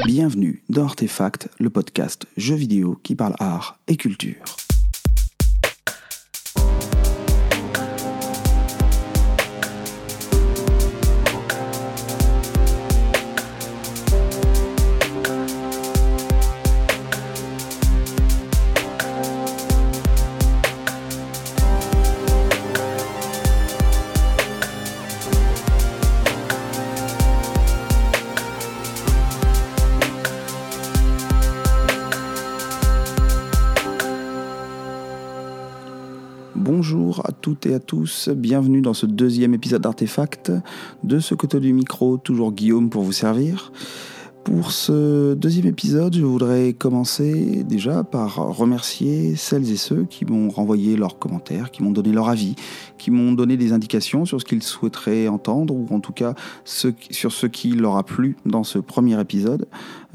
Bienvenue dans Artefact, le podcast jeux vidéo qui parle art et culture. Bonjour à toutes et à tous, bienvenue dans ce deuxième épisode d'Artefact. De ce côté du micro, toujours Guillaume pour vous servir. Pour ce deuxième épisode, je voudrais commencer déjà par remercier celles et ceux qui m'ont renvoyé leurs commentaires, qui m'ont donné leur avis, qui m'ont donné des indications sur ce qu'ils souhaiteraient entendre, ou en tout cas sur ce qui leur a plu dans ce premier épisode.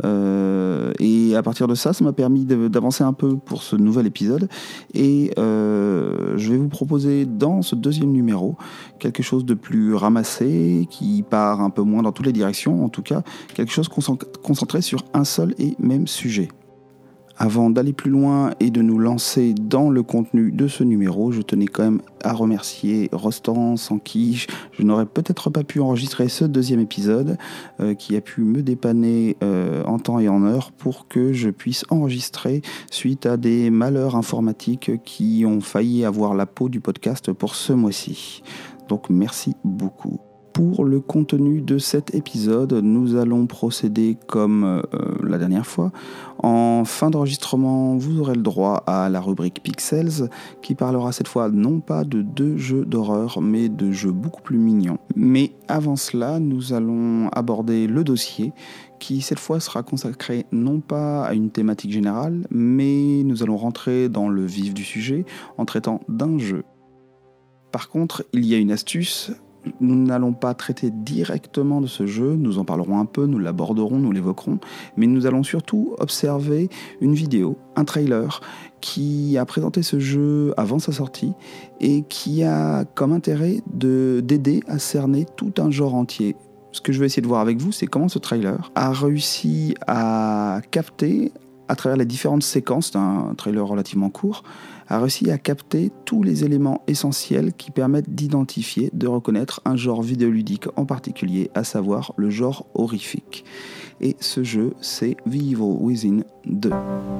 Et à partir de ça m'a permis d'avancer un peu pour ce nouvel épisode. Et je vais vous proposer dans ce deuxième numéro quelque chose de plus ramassé, qui part un peu moins dans toutes les directions, en tout cas quelque chose concentré sur un seul et même sujet. Avant d'aller plus loin et de nous lancer dans le contenu de ce numéro, je tenais quand même à remercier Rostand, sans qui je n'aurais peut-être pas pu enregistrer ce deuxième épisode, qui a pu me dépanner en temps et en heure pour que je puisse enregistrer suite à des malheurs informatiques qui ont failli avoir la peau du podcast pour ce mois-ci. Donc merci beaucoup. Pour le contenu de cet épisode, nous allons procéder comme la dernière fois. En fin d'enregistrement, vous aurez le droit à la rubrique Pixels, qui parlera cette fois non pas de deux jeux d'horreur, mais de jeux beaucoup plus mignons. Mais avant cela, nous allons aborder le dossier, qui cette fois sera consacré non pas à une thématique générale, mais nous allons rentrer dans le vif du sujet en traitant d'un jeu. Par contre, il y a une astuce. Nous n'allons pas traiter directement de ce jeu, nous en parlerons un peu, nous l'aborderons, nous l'évoquerons, mais nous allons surtout observer une vidéo, un trailer, qui a présenté ce jeu avant sa sortie et qui a comme intérêt d'aider à cerner tout un genre entier. Ce que je vais essayer de voir avec vous, c'est comment ce trailer a réussi à capter, à travers les différentes séquences d'un trailer relativement court, a réussi à capter tous les éléments essentiels qui permettent d'identifier, de reconnaître un genre vidéoludique en particulier, à savoir le genre horrifique. Et ce jeu, c'est The Evil Within 2.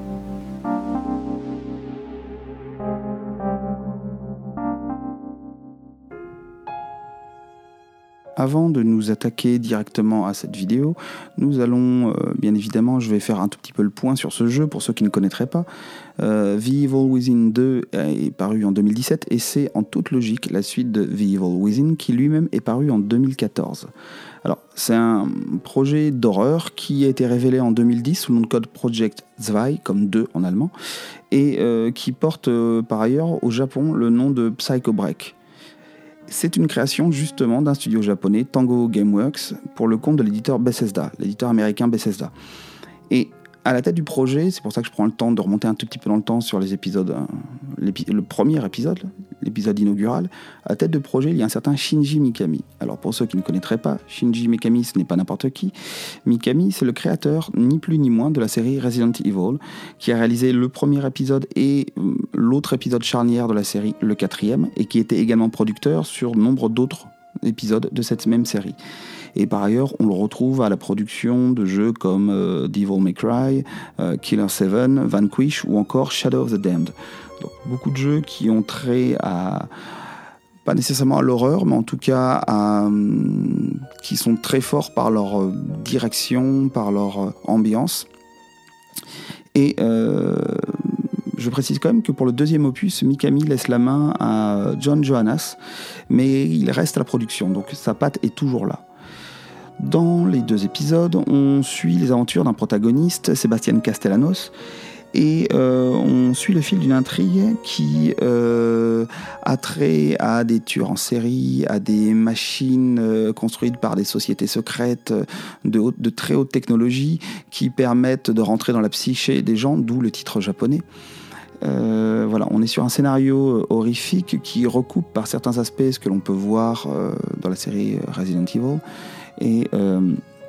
Avant de nous attaquer directement à cette vidéo, nous allons, bien évidemment, je vais faire un tout petit peu le point sur ce jeu pour ceux qui ne connaîtraient pas. The Evil Within 2 est paru en 2017 et c'est en toute logique la suite de The Evil Within qui lui-même est paru en 2014. Alors, c'est un projet d'horreur qui a été révélé en 2010 sous le nom de code Project 2, comme 2 en allemand, et qui porte par ailleurs au Japon le nom de Psycho Break. C'est une création justement d'un studio japonais, Tango Gameworks, pour le compte de l'éditeur Bethesda, l'éditeur américain Bethesda. Et à la tête du projet, c'est pour ça que je prends le temps de remonter un tout petit peu dans le temps sur les épisodes, le premier épisode, l'épisode inaugural. À la tête de projet, il y a un certain Shinji Mikami. Alors pour ceux qui ne connaîtraient pas, Shinji Mikami, ce n'est pas n'importe qui. Mikami, c'est le créateur, ni plus ni moins, de la série Resident Evil, qui a réalisé le premier épisode et l'autre épisode charnière de la série, le 4e, et qui était également producteur sur nombre d'autres épisodes de cette même série. Et par ailleurs, on le retrouve à la production de jeux comme Devil May Cry, Killer 7, Vanquish ou encore Shadow of the Damned. Donc beaucoup de jeux qui ont trait à, pas nécessairement à l'horreur, mais en tout cas qui sont très forts par leur direction, par leur ambiance. Et je précise quand même que pour le deuxième opus, Mikami laisse la main à John Johannes, mais il reste à la production, donc sa patte est toujours là. Dans les deux épisodes, on suit les aventures d'un protagoniste, Sébastien Castellanos, et on suit le fil d'une intrigue qui a trait à des tueurs en série, à des machines construites par des sociétés secrètes de très haute technologie qui permettent de rentrer dans la psyché des gens, d'où le titre japonais. Voilà, on est sur un scénario horrifique qui recoupe par certains aspects ce que l'on peut voir dans la série Resident Evil. Et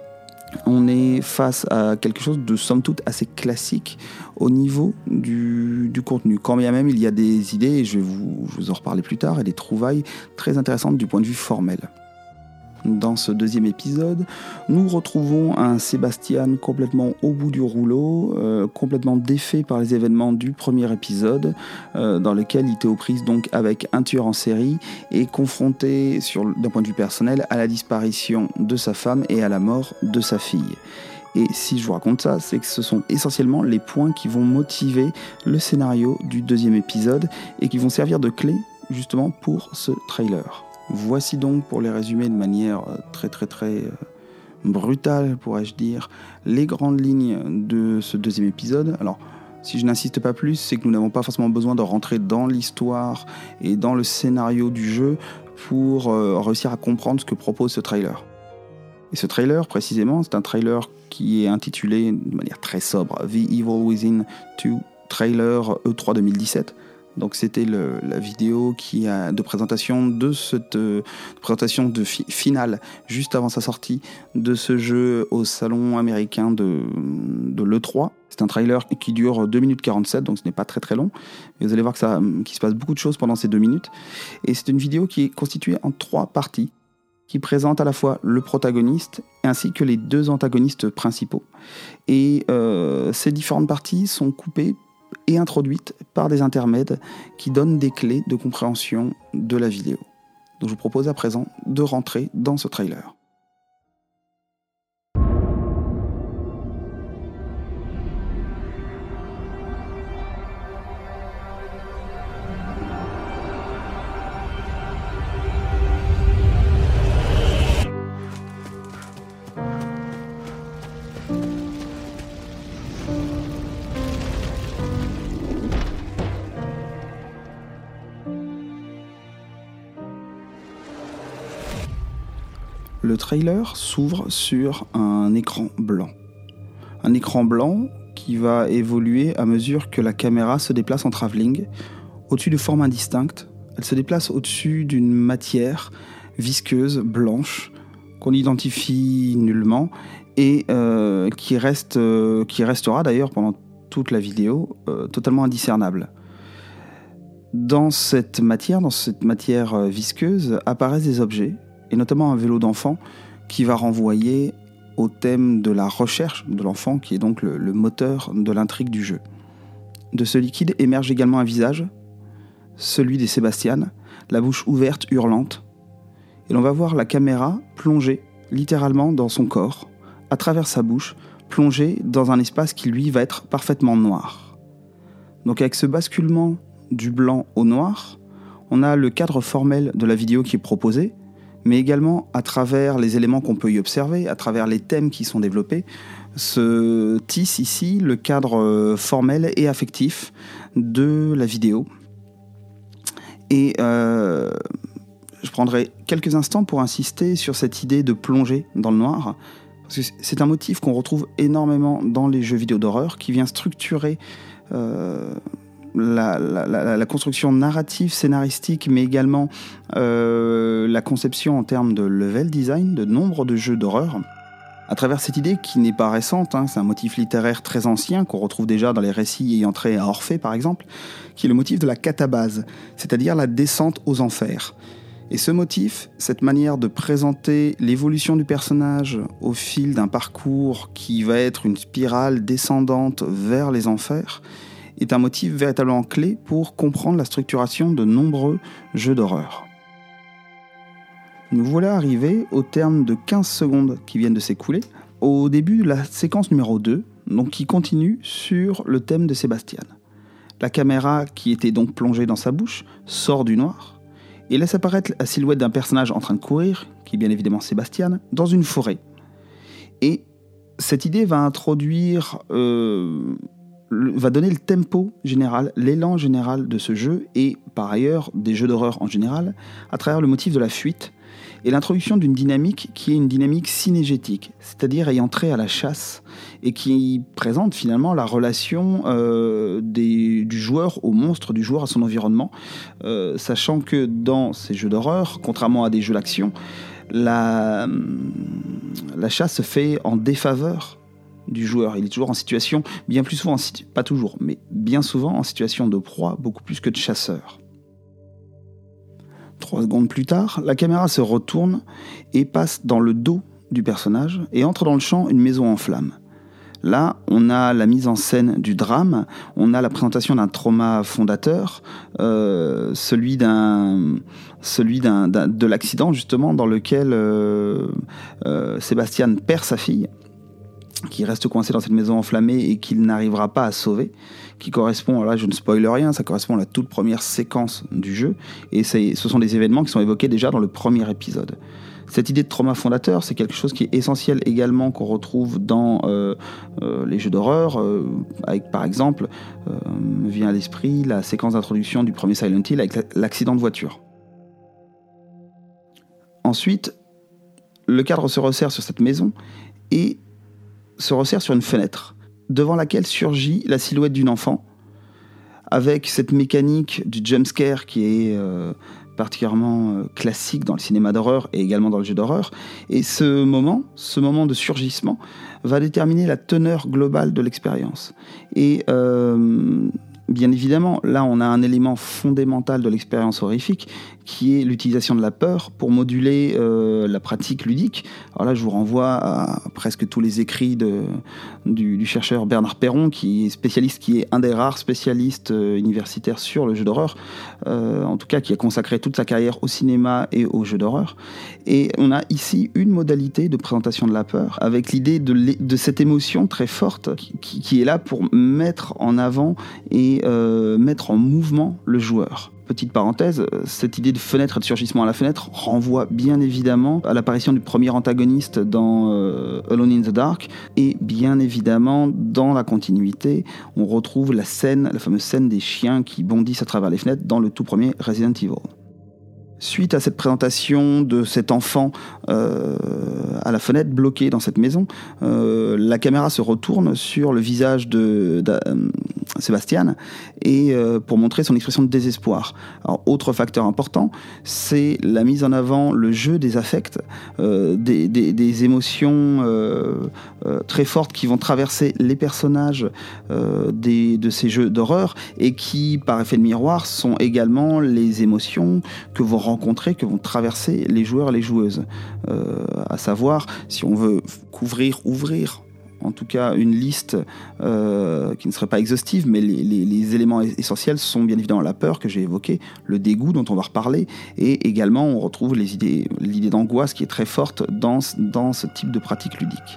on est face à quelque chose de somme toute assez classique au niveau du contenu. Quand bien même il y a des idées, et je vais vous en reparler plus tard, et des trouvailles très intéressantes du point de vue formel. Dans ce deuxième épisode, nous retrouvons un Sébastien complètement au bout du rouleau, complètement défait par les événements du premier épisode, dans lequel il était aux prises donc avec un tueur en série et confronté d'un point de vue personnel à la disparition de sa femme et à la mort de sa fille. Et si je vous raconte ça, c'est que ce sont essentiellement les points qui vont motiver le scénario du deuxième épisode et qui vont servir de clé justement pour ce trailer. Voici donc, pour les résumer de manière très brutale, pourrais-je dire, les grandes lignes de ce deuxième épisode. Alors, si je n'insiste pas plus, c'est que nous n'avons pas forcément besoin de rentrer dans l'histoire et dans le scénario du jeu pour réussir à comprendre ce que propose ce trailer. Et ce trailer, précisément, c'est un trailer qui est intitulé de manière très sobre « The Evil Within 2 Trailer E3 2017 ». Donc c'était la vidéo de présentation de cette finale juste avant sa sortie de ce jeu au salon américain de l'E3. C'est un trailer qui dure 2 minutes 47, donc ce n'est pas très long. Mais vous allez voir qu'il se passe beaucoup de choses pendant ces 2 minutes. Et c'est une vidéo qui est constituée en 3 parties, qui présente à la fois le protagoniste ainsi que les 2 antagonistes principaux. Et ces différentes parties sont coupées et introduite par des intermèdes qui donnent des clés de compréhension de la vidéo. Donc je vous propose à présent de rentrer dans ce trailer. Le trailer s'ouvre sur un écran blanc. Un écran blanc qui va évoluer à mesure que la caméra se déplace en travelling, au-dessus de formes indistinctes. Elle se déplace au-dessus d'une matière visqueuse, blanche, qu'on identifie nullement et qui restera d'ailleurs pendant toute la vidéo totalement indiscernable. Dans cette matière visqueuse, apparaissent des objets, et notamment un vélo d'enfant qui va renvoyer au thème de la recherche de l'enfant, qui est donc le moteur de l'intrigue du jeu. De ce liquide émerge également un visage, celui des Sébastien, la bouche ouverte, hurlante, et l'on va voir la caméra plonger littéralement dans son corps, à travers sa bouche, plongée dans un espace qui lui va être parfaitement noir. Donc avec ce basculement du blanc au noir, on a le cadre formel de la vidéo qui est proposé, mais également à travers les éléments qu'on peut y observer, à travers les thèmes qui sont développés, se tisse ici le cadre formel et affectif de la vidéo. Et je prendrai quelques instants pour insister sur cette idée de plonger dans le noir, parce que c'est un motif qu'on retrouve énormément dans les jeux vidéo d'horreur, qui vient structurer la construction narrative, scénaristique, mais également la conception en termes de level design de nombre de jeux d'horreur, à travers cette idée qui n'est pas récente, c'est un motif littéraire très ancien qu'on retrouve déjà dans les récits ayant trait à Orphée par exemple, qui est le motif de la catabase, c'est-à-dire la descente aux enfers. Et ce motif, cette manière de présenter l'évolution du personnage au fil d'un parcours qui va être une spirale descendante vers les enfers, est un motif véritablement clé pour comprendre la structuration de nombreux jeux d'horreur. Nous voilà arrivés au terme de 15 secondes qui viennent de s'écouler, au début de la séquence numéro 2, donc qui continue sur le thème de Sébastien. La caméra, qui était donc plongée dans sa bouche, sort du noir et laisse apparaître la silhouette d'un personnage en train de courir, qui est bien évidemment Sébastien, dans une forêt. Et cette idée va introduire... va donner le tempo général, l'élan général de ce jeu et par ailleurs des jeux d'horreur en général à travers le motif de la fuite et l'introduction d'une dynamique qui est une dynamique synégétique, c'est-à-dire ayant trait à la chasse et qui présente finalement la relation du joueur au monstre, du joueur à son environnement, sachant que dans ces jeux d'horreur, contrairement à des jeux d'action, la chasse se fait en défaveur du joueur. Il est toujours en situation, bien plus souvent, pas toujours, mais bien souvent en situation de proie, beaucoup plus que de chasseur. 3 secondes plus tard, la caméra se retourne et passe dans le dos du personnage et entre dans le champ une maison en flammes. Là, on a la mise en scène du drame, on a la présentation d'un trauma fondateur, celui de l'accident justement dans lequel Sébastien perd sa fille, qui reste coincé dans cette maison enflammée et qu'il n'arrivera pas à sauver, qui correspond, là je ne spoile rien, ça correspond à la toute première séquence du jeu, et ce sont des événements qui sont évoqués déjà dans le premier épisode. Cette idée de trauma fondateur, c'est quelque chose qui est essentiel également, qu'on retrouve dans les jeux d'horreur, avec par exemple, me vient à l'esprit la séquence d'introduction du premier Silent Hill avec l'accident de voiture. Ensuite, le cadre se resserre sur cette maison et se resserre sur une fenêtre, devant laquelle surgit la silhouette d'une enfant, avec cette mécanique du jumpscare qui est particulièrement classique dans le cinéma d'horreur et également dans le jeu d'horreur. Et ce moment de surgissement va déterminer la teneur globale de l'expérience. Et bien évidemment, là on a un élément fondamental de l'expérience horrifique qui est l'utilisation de la peur pour moduler la pratique ludique. Alors là je vous renvoie à presque tous les écrits du chercheur Bernard Perron, qui est un des rares spécialistes universitaires sur le jeu d'horreur, en tout cas qui a consacré toute sa carrière au cinéma et au jeu d'horreur. Et on a ici une modalité de présentation de la peur avec l'idée de cette émotion très forte qui est là pour mettre en avant et mettre en mouvement le joueur. Petite parenthèse, cette idée de fenêtre et de surgissement à la fenêtre renvoie bien évidemment à l'apparition du premier antagoniste dans Alone in the Dark, et bien évidemment dans la continuité on retrouve la fameuse scène des chiens qui bondissent à travers les fenêtres dans le tout premier Resident Evil. Suite à cette présentation de cet enfant à la fenêtre bloqué dans cette maison, la caméra se retourne sur le visage de Sébastien et pour montrer son expression de désespoir. Alors, autre facteur important, c'est la mise en avant, le jeu des affects, des émotions très fortes qui vont traverser les personnages de ces jeux d'horreur et qui, par effet de miroir, sont également les émotions que vont traverser les joueurs et les joueuses. À savoir, si on veut ouvrir en tout cas une liste qui ne serait pas exhaustive, mais les éléments essentiels sont bien évidemment la peur que j'ai évoquée, le dégoût dont on va reparler, et également on retrouve l'idée d'angoisse qui est très forte dans ce type de pratique ludique.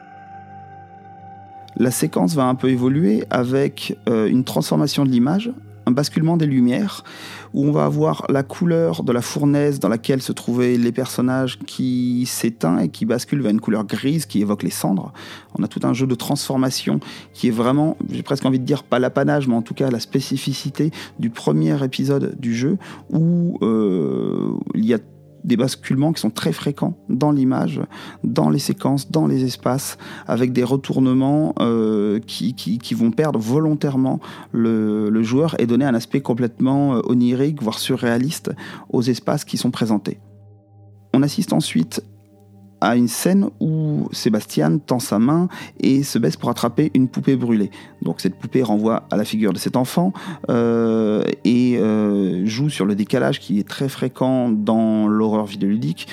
La séquence va un peu évoluer avec une transformation de l'image, un basculement des lumières, où on va avoir la couleur de la fournaise dans laquelle se trouvaient les personnages qui s'éteint et qui bascule vers une couleur grise qui évoque les cendres. On a tout un jeu de transformation qui est vraiment, j'ai presque envie de dire, pas l'apanage, mais en tout cas la spécificité du premier épisode du jeu, où il y a des basculements qui sont très fréquents dans l'image, dans les séquences, dans les espaces, avec des retournements qui vont perdre volontairement le joueur et donner un aspect complètement onirique, voire surréaliste aux espaces qui sont présentés. On assiste ensuite à une scène où Sébastien tend sa main et se baisse pour attraper une poupée brûlée. Donc cette poupée renvoie à la figure de cet enfant et joue sur le décalage qui est très fréquent dans l'horreur vidéoludique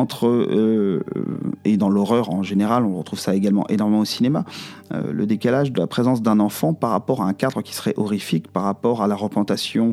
et dans l'horreur en général, on retrouve ça également énormément au cinéma, le décalage de la présence d'un enfant par rapport à un cadre qui serait horrifique, par rapport à la représentation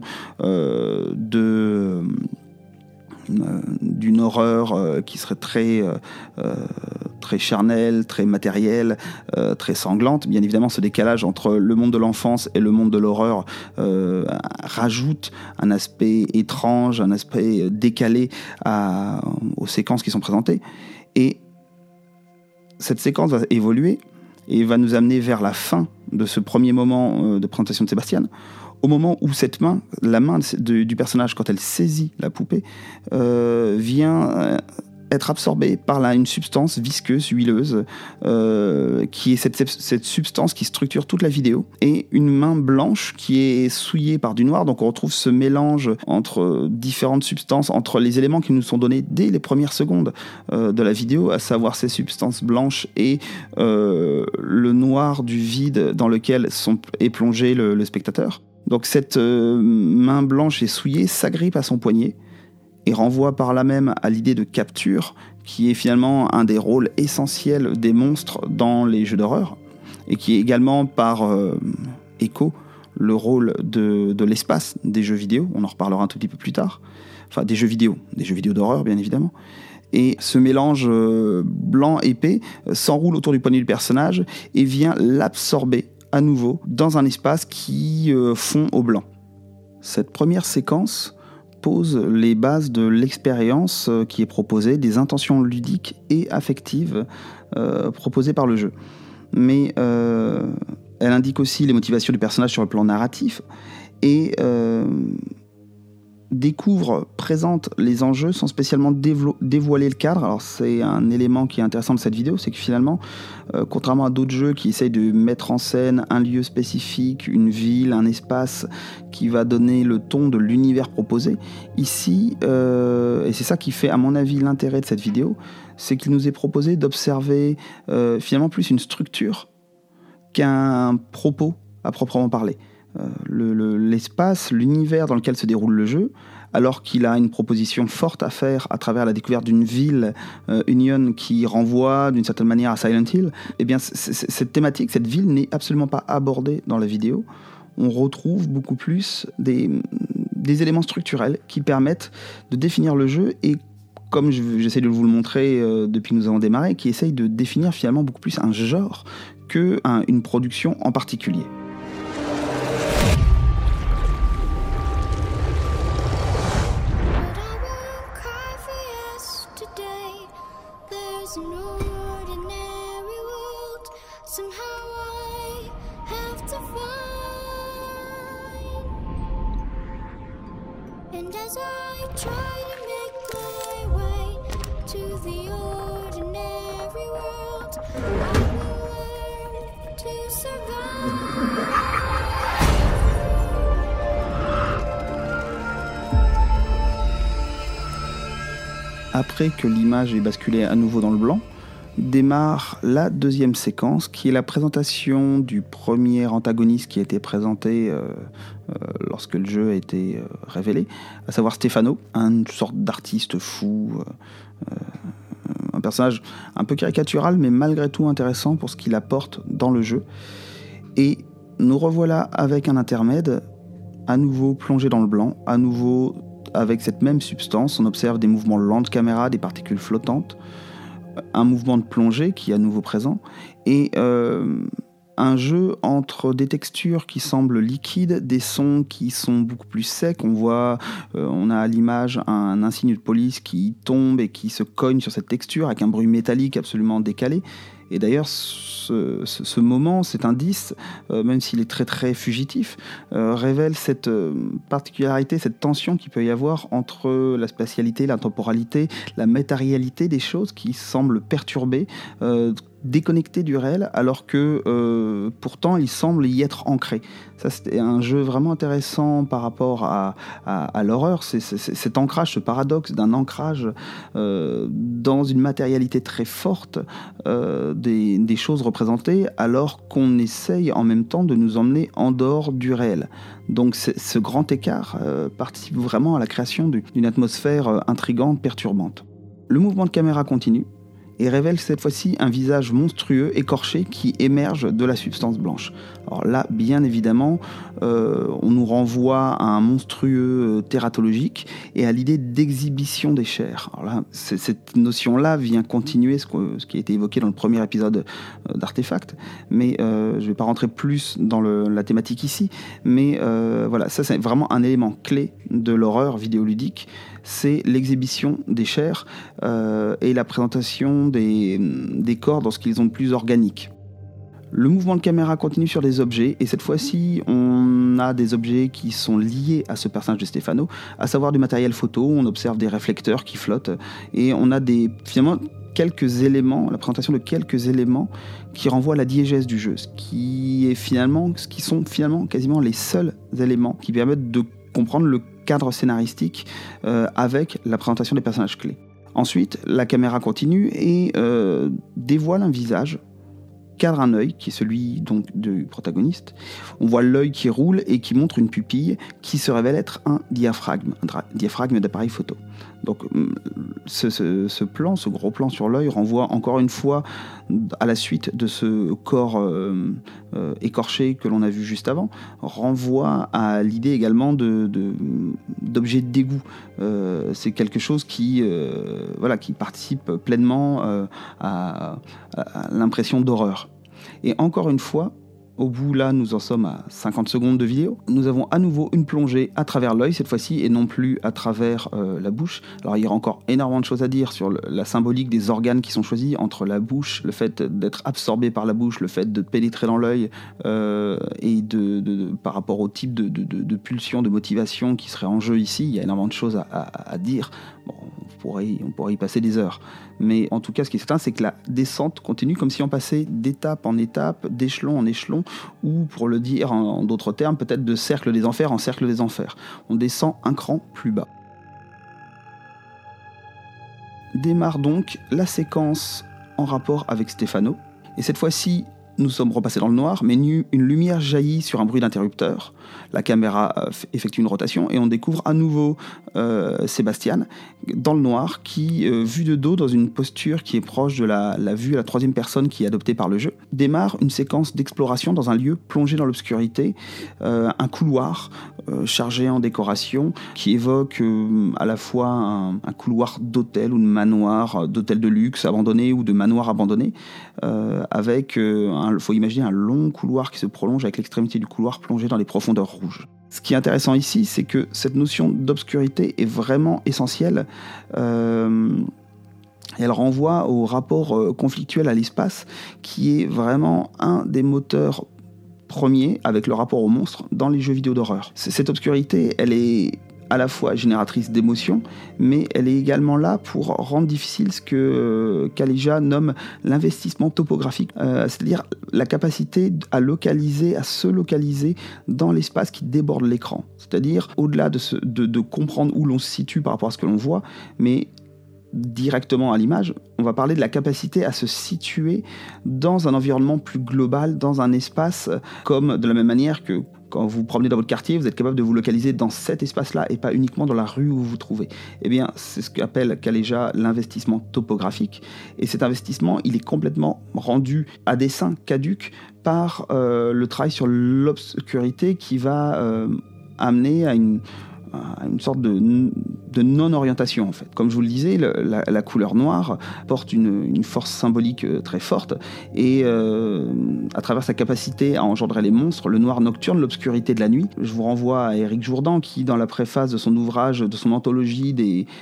d'une horreur qui serait très charnelle, très matérielle, très sanglante. Bien évidemment, ce décalage entre le monde de l'enfance et le monde de l'horreur rajoute un aspect étrange, un aspect décalé aux séquences qui sont présentées. Et cette séquence va évoluer et va nous amener vers la fin de ce premier moment de présentation de Sébastien, au moment où cette main, la main du personnage, quand elle saisit la poupée, vient être absorbé par une substance visqueuse, huileuse, qui est cette substance qui structure toute la vidéo, et une main blanche qui est souillée par du noir. Donc on retrouve ce mélange entre différentes substances, entre les éléments qui nous sont donnés dès les premières secondes de la vidéo, à savoir ces substances blanches et le noir du vide dans lequel est plongé le spectateur. Donc cette main blanche et souillée s'agrippe à son poignet et renvoie par là même à l'idée de capture, qui est finalement un des rôles essentiels des monstres dans les jeux d'horreur, et qui est également par écho le rôle de l'espace des jeux vidéo. On en reparlera un tout petit peu plus tard. Enfin, des jeux vidéo d'horreur, bien évidemment. Et ce mélange blanc-épais s'enroule autour du poignet du personnage et vient l'absorber à nouveau dans un espace qui fond au blanc. Cette première séquence pose les bases de l'expérience qui est proposée, des intentions ludiques et affectives proposées par le jeu. Mais elle indique aussi les motivations du personnage sur le plan narratif et présente les enjeux sans spécialement dévoiler le cadre. Alors c'est un élément qui est intéressant de cette vidéo, c'est que finalement, contrairement à d'autres jeux qui essayent de mettre en scène un lieu spécifique, une ville, un espace qui va donner le ton de l'univers proposé, ici, et c'est ça qui fait à mon avis l'intérêt de cette vidéo, c'est qu'il nous est proposé d'observer finalement plus une structure qu'un propos à proprement parler. L'espace, l'univers dans lequel se déroule le jeu, alors qu'il a une proposition forte à faire à travers la découverte d'une ville, Union, qui renvoie d'une certaine manière à Silent Hill, eh bien cette thématique, cette ville n'est absolument pas abordée dans la vidéo. On retrouve beaucoup plus des éléments structurels qui permettent de définir le jeu et, comme j'essaie de vous le montrer depuis que nous avons démarré, qui essaye de définir finalement beaucoup plus un genre qu'une production en particulier. Après que l'image est basculée à nouveau dans le blanc, démarre la deuxième séquence, qui est la présentation du premier antagoniste qui a été présenté lorsque le jeu a été révélé, à savoir Stefano, une sorte d'artiste fou, un personnage un peu caricatural, mais malgré tout intéressant pour ce qu'il apporte dans le jeu. Et nous revoilà avec un intermède, à nouveau plongé dans le blanc, à nouveau avec cette même substance. On observe des mouvements lents de caméra, des particules flottantes, un mouvement de plongée qui est à nouveau présent, et un jeu entre des textures qui semblent liquides, des sons qui sont beaucoup plus secs. On a à l'image un insigne de police qui tombe et qui se cogne sur cette texture avec un bruit métallique absolument décalé. Et d'ailleurs, ce moment, cet indice, même s'il est très très fugitif, révèle cette particularité, cette tension qu'il peut y avoir entre la spatialité, la temporalité, la matérialité des choses qui semblent perturber, déconnecté du réel, alors que pourtant il semble y être ancré. Ça, c'était un jeu vraiment intéressant par rapport à l'horreur. C'est cet ancrage, ce paradoxe d'un ancrage dans une matérialité très forte des choses représentées, alors qu'on essaye en même temps de nous emmener en dehors du réel. Donc ce grand écart participe vraiment à la création d'une atmosphère intrigante, perturbante. Le mouvement de caméra continue et révèle cette fois-ci un visage monstrueux, écorché, qui émerge de la substance blanche. Alors là, bien évidemment, on nous renvoie à un monstrueux tératologique et à l'idée d'exhibition des chairs. Alors là, cette notion-là vient continuer ce qui a été évoqué dans le premier épisode d'Artefact, mais je ne vais pas rentrer plus dans la thématique ici, mais voilà, ça c'est vraiment un élément clé de l'horreur vidéoludique, c'est l'exhibition des chairs et la présentation des corps dans ce qu'ils ont de plus organique. Le mouvement de caméra continue sur les objets, et cette fois-ci, on a des objets qui sont liés à ce personnage de Stefano, à savoir du matériel photo. On observe des réflecteurs qui flottent, et on a finalement quelques éléments, la présentation de quelques éléments qui renvoient à la diégèse du jeu, ce qui sont finalement quasiment les seuls éléments qui permettent de comprendre le cadre scénaristique avec la présentation des personnages clés. Ensuite, la caméra continue et dévoile un visage, cadre un œil, qui est celui donc du protagoniste. On voit l'œil qui roule et qui montre une pupille qui se révèle être un diaphragme d'appareil photo. Donc ce plan, ce gros plan sur l'œil renvoie encore une fois à la suite de ce corps écorché que l'on a vu juste avant, renvoie à l'idée également d'objet de dégoût. C'est quelque chose qui participe pleinement à l'impression d'horreur. Et encore une fois, au bout là, nous en sommes à 50 secondes de vidéo. Nous avons à nouveau une plongée à travers l'œil cette fois-ci et non plus à travers la bouche. Alors il y aura encore énormément de choses à dire sur la symbolique des organes qui sont choisis entre la bouche, le fait d'être absorbé par la bouche, le fait de pénétrer dans l'œil et par rapport au type de pulsion, de motivation qui serait en jeu ici. Il y a énormément de choses à dire. Bon, on pourrait y passer des heures. Mais en tout cas, ce qui est certain, c'est que la descente continue comme si on passait d'étape en étape, d'échelon en échelon, ou pour le dire en d'autres termes, peut-être de cercle des enfers en cercle des enfers. On descend un cran plus bas. Démarre donc la séquence en rapport avec Stefano. Et cette fois-ci, nous sommes repassés dans le noir, mais une lumière jaillit sur un bruit d'interrupteur. La caméra effectue une rotation et on découvre à nouveau Sébastien dans le noir qui, vu de dos dans une posture qui est proche de la vue à la troisième personne qui est adoptée par le jeu, démarre une séquence d'exploration dans un lieu plongé dans l'obscurité, un couloir chargé en décoration qui évoque à la fois un couloir d'hôtel ou de manoir, d'hôtel de luxe abandonné ou de manoir abandonné, avec faut imaginer un long couloir qui se prolonge avec l'extrémité du couloir plongé dans les profondeurs rouges. Ce qui est intéressant ici, c'est que cette notion d'obscurité est vraiment essentielle. Elle renvoie au rapport conflictuel à l'espace, qui est vraiment un des moteurs premiers avec le rapport au monstre dans les jeux vidéo d'horreur. Cette obscurité, elle est à la fois génératrice d'émotions, mais elle est également là pour rendre difficile ce que Kaléja nomme l'investissement topographique, c'est-à-dire la capacité à se localiser dans l'espace qui déborde l'écran. C'est-à-dire, au-delà de comprendre où l'on se situe par rapport à ce que l'on voit, mais directement à l'image, on va parler de la capacité à se situer dans un environnement plus global, dans un espace, comme de la même manière que quand vous promenez dans votre quartier, vous êtes capable de vous localiser dans cet espace-là et pas uniquement dans la rue où vous vous trouvez. Eh bien, c'est ce qu'appelle Kaléja l'investissement topographique. Et cet investissement, il est complètement rendu à dessein caduc par le travail sur l'obscurité qui va amener à une sorte de non-orientation en fait. Comme je vous le disais, la couleur noire porte une force symbolique très forte et à travers sa capacité à engendrer les monstres, le noir nocturne, l'obscurité de la nuit. Je vous renvoie à Éric Jourdan qui, dans la préface de son ouvrage, de son anthologie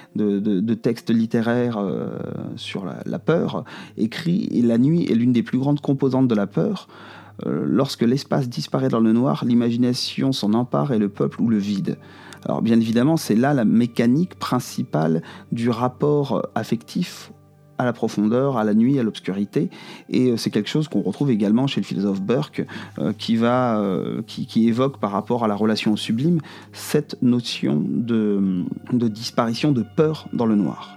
de textes littéraires sur la peur, écrit « Et la nuit est l'une des plus grandes composantes de la peur. Lorsque l'espace disparaît dans le noir, l'imagination s'en empare et le peuple ou le vide. » Alors bien évidemment, c'est là la mécanique principale du rapport affectif à la profondeur, à la nuit, à l'obscurité, et c'est quelque chose qu'on retrouve également chez le philosophe Burke, qui évoque par rapport à la relation au sublime cette notion de disparition, de peur dans le noir.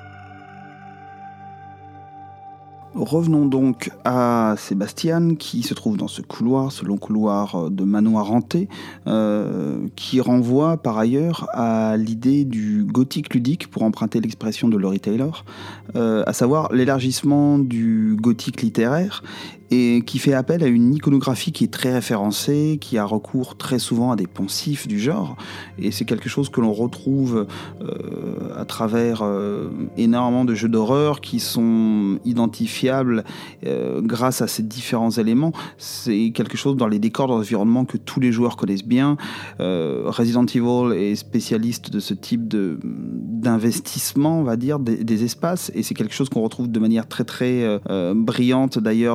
Revenons donc à Sébastien qui se trouve dans ce couloir, ce long couloir de manoir hanté, qui renvoie par ailleurs à l'idée du gothique ludique, pour emprunter l'expression de Laurie Taylor, à savoir l'élargissement du gothique littéraire, et qui fait appel à une iconographie qui est très référencée, qui a recours très souvent à des poncifs du genre, et c'est quelque chose que l'on retrouve à travers énormément de jeux d'horreur qui sont identifiables grâce à ces différents éléments. C'est quelque chose dans les décors d'environnement que tous les joueurs connaissent bien. Resident Evil est spécialiste de ce type d'investissement, on va dire, des espaces, et c'est quelque chose qu'on retrouve de manière très très brillante d'ailleurs dans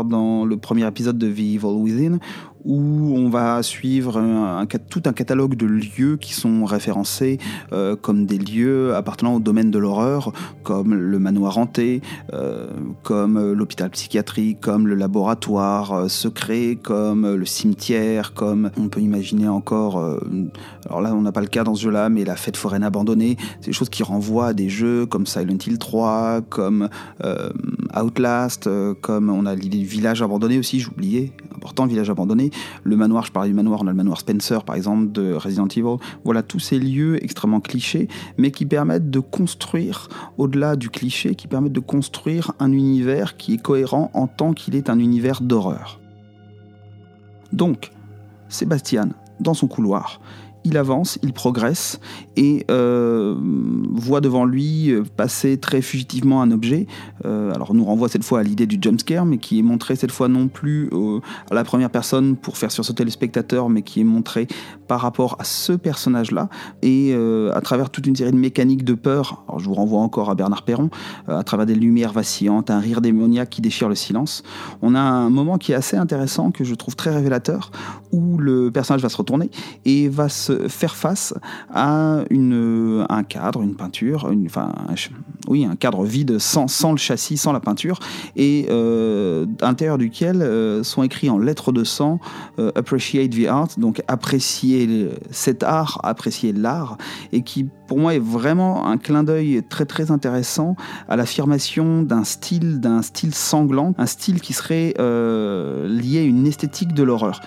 le premier épisode de The Evil Within, où on va suivre tout un catalogue de lieux qui sont référencés comme des lieux appartenant au domaine de l'horreur, comme le manoir hanté, comme l'hôpital psychiatrique, comme le laboratoire secret, comme le cimetière, comme on peut imaginer encore, alors là on n'a pas le cas dans ce jeu-là, mais la fête foraine abandonnée, c'est des choses qui renvoient à des jeux comme Silent Hill 3, comme Outlast, comme on a l'idée du village abandonné aussi, j'oubliais, important, le village abandonné. Le manoir, je parlais du manoir, on a le manoir Spencer par exemple de Resident Evil. Voilà, tous ces lieux extrêmement clichés, mais qui permettent de construire, au-delà du cliché, qui permettent de construire un univers qui est cohérent en tant qu'il est un univers d'horreur. Donc, Sébastien, dans son couloir, il avance, il progresse et voit devant lui passer très fugitivement un objet. Alors nous renvoie cette fois à l'idée du jumpscare, mais qui est montré cette fois non plus à la première personne pour faire sursauter le spectateur, mais qui est montré par rapport à ce personnage-là et à travers toute une série de mécaniques de peur. Alors je vous renvoie encore à Bernard Perron, à travers des lumières vacillantes, un rire démoniaque qui déchire le silence. On a un moment qui est assez intéressant, que je trouve très révélateur, où le personnage va se retourner et va se faire face à un cadre, une peinture, un cadre vide sans le châssis, sans la peinture, et à l'intérieur duquel sont écrits en lettres de sang Appreciate the art, donc apprécier cet art, apprécier l'art, et qui pour moi est vraiment un clin d'œil très très intéressant à l'affirmation d'un style sanglant, un style qui serait lié à une esthétique de l'horreur.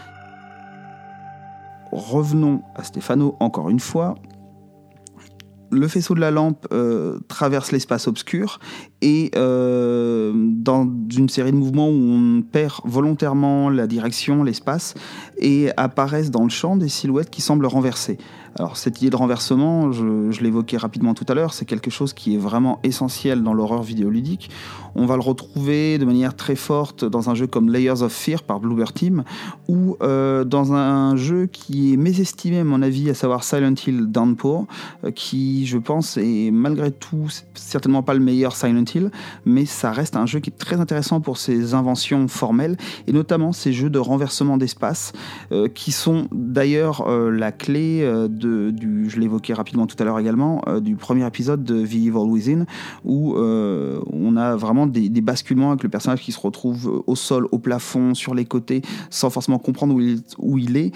Revenons à Stefano encore une fois. Le faisceau de la lampe traverse l'espace obscur et dans une série de mouvements où on perd volontairement la direction, l'espace, et apparaissent dans le champ des silhouettes qui semblent renversées. Alors cette idée de renversement, je l'évoquais rapidement tout à l'heure, c'est quelque chose qui est vraiment essentiel dans l'horreur vidéoludique. On va le retrouver de manière très forte dans un jeu comme Layers of Fear par Bloober Team, ou dans un jeu qui est mésestimé à mon avis, à savoir Silent Hill Downpour, qui je pense est malgré tout certainement pas le meilleur Silent Hill, mais ça reste un jeu qui est très intéressant pour ses inventions formelles, et notamment ces jeux de renversement d'espace, qui sont d'ailleurs la clé je l'évoquais rapidement tout à l'heure également, du premier épisode de The Evil Within, où on a vraiment des basculements avec le personnage qui se retrouve au sol, au plafond, sur les côtés, sans forcément comprendre où il est,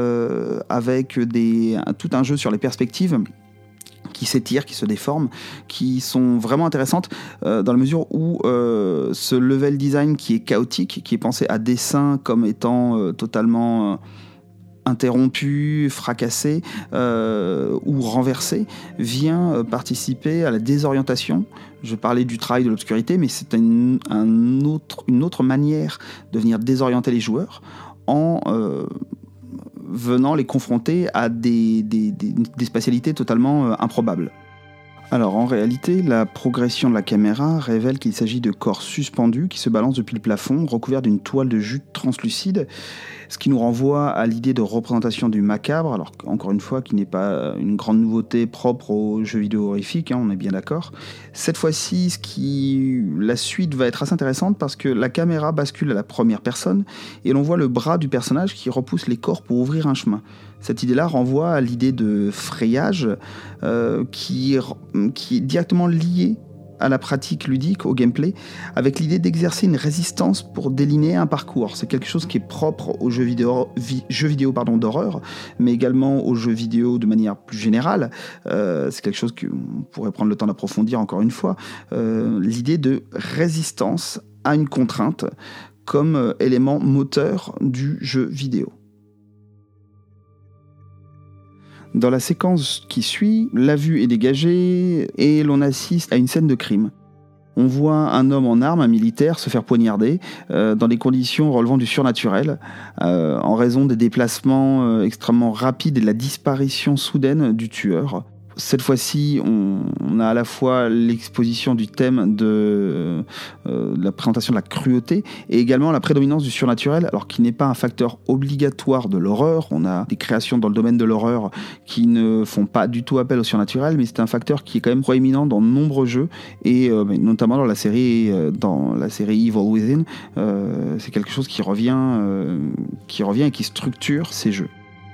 avec tout un jeu sur les perspectives qui s'étirent, qui se déforment, qui sont vraiment intéressantes dans la mesure où ce level design qui est chaotique, qui est pensé à dessein comme étant totalement interrompu, fracassé ou renversé, vient participer à la désorientation. Je parlais du travail de l'obscurité, mais c'est une autre manière de venir désorienter les joueurs en venant les confronter à des spatialités totalement improbables. Alors en réalité, la progression de la caméra révèle qu'il s'agit de corps suspendus qui se balancent depuis le plafond, recouverts d'une toile de jute translucide, ce qui nous renvoie à l'idée de représentation du macabre, alors encore une fois, qui n'est pas une grande nouveauté propre aux jeux vidéo horrifiques, on est bien d'accord. Cette fois-ci, la suite va être assez intéressante parce que la caméra bascule à la première personne et l'on voit le bras du personnage qui repousse les corps pour ouvrir un chemin. Cette idée-là renvoie à l'idée de frayage qui est directement liée à la pratique ludique, au gameplay, avec l'idée d'exercer une résistance pour déliner un parcours. C'est quelque chose qui est propre aux jeux vidéo d'horreur, mais également aux jeux vidéo de manière plus générale. C'est quelque chose qu'on pourrait prendre le temps d'approfondir encore une fois. L'idée de résistance à une contrainte comme élément moteur du jeu vidéo. Dans la séquence qui suit, la vue est dégagée et l'on assiste à une scène de crime. On voit un homme en armes, un militaire, se faire poignarder dans des conditions relevant du surnaturel en raison des déplacements extrêmement rapides et de la disparition soudaine du tueur. Cette fois-ci, on a à la fois l'exposition du thème de la présentation de la cruauté et également la prédominance du surnaturel, alors qui n'est pas un facteur obligatoire de l'horreur. On a des créations dans le domaine de l'horreur qui ne font pas du tout appel au surnaturel, mais c'est un facteur qui est quand même proéminent dans de nombreux jeux et notamment dans la série Evil Within. C'est quelque chose qui revient et qui structure ces jeux.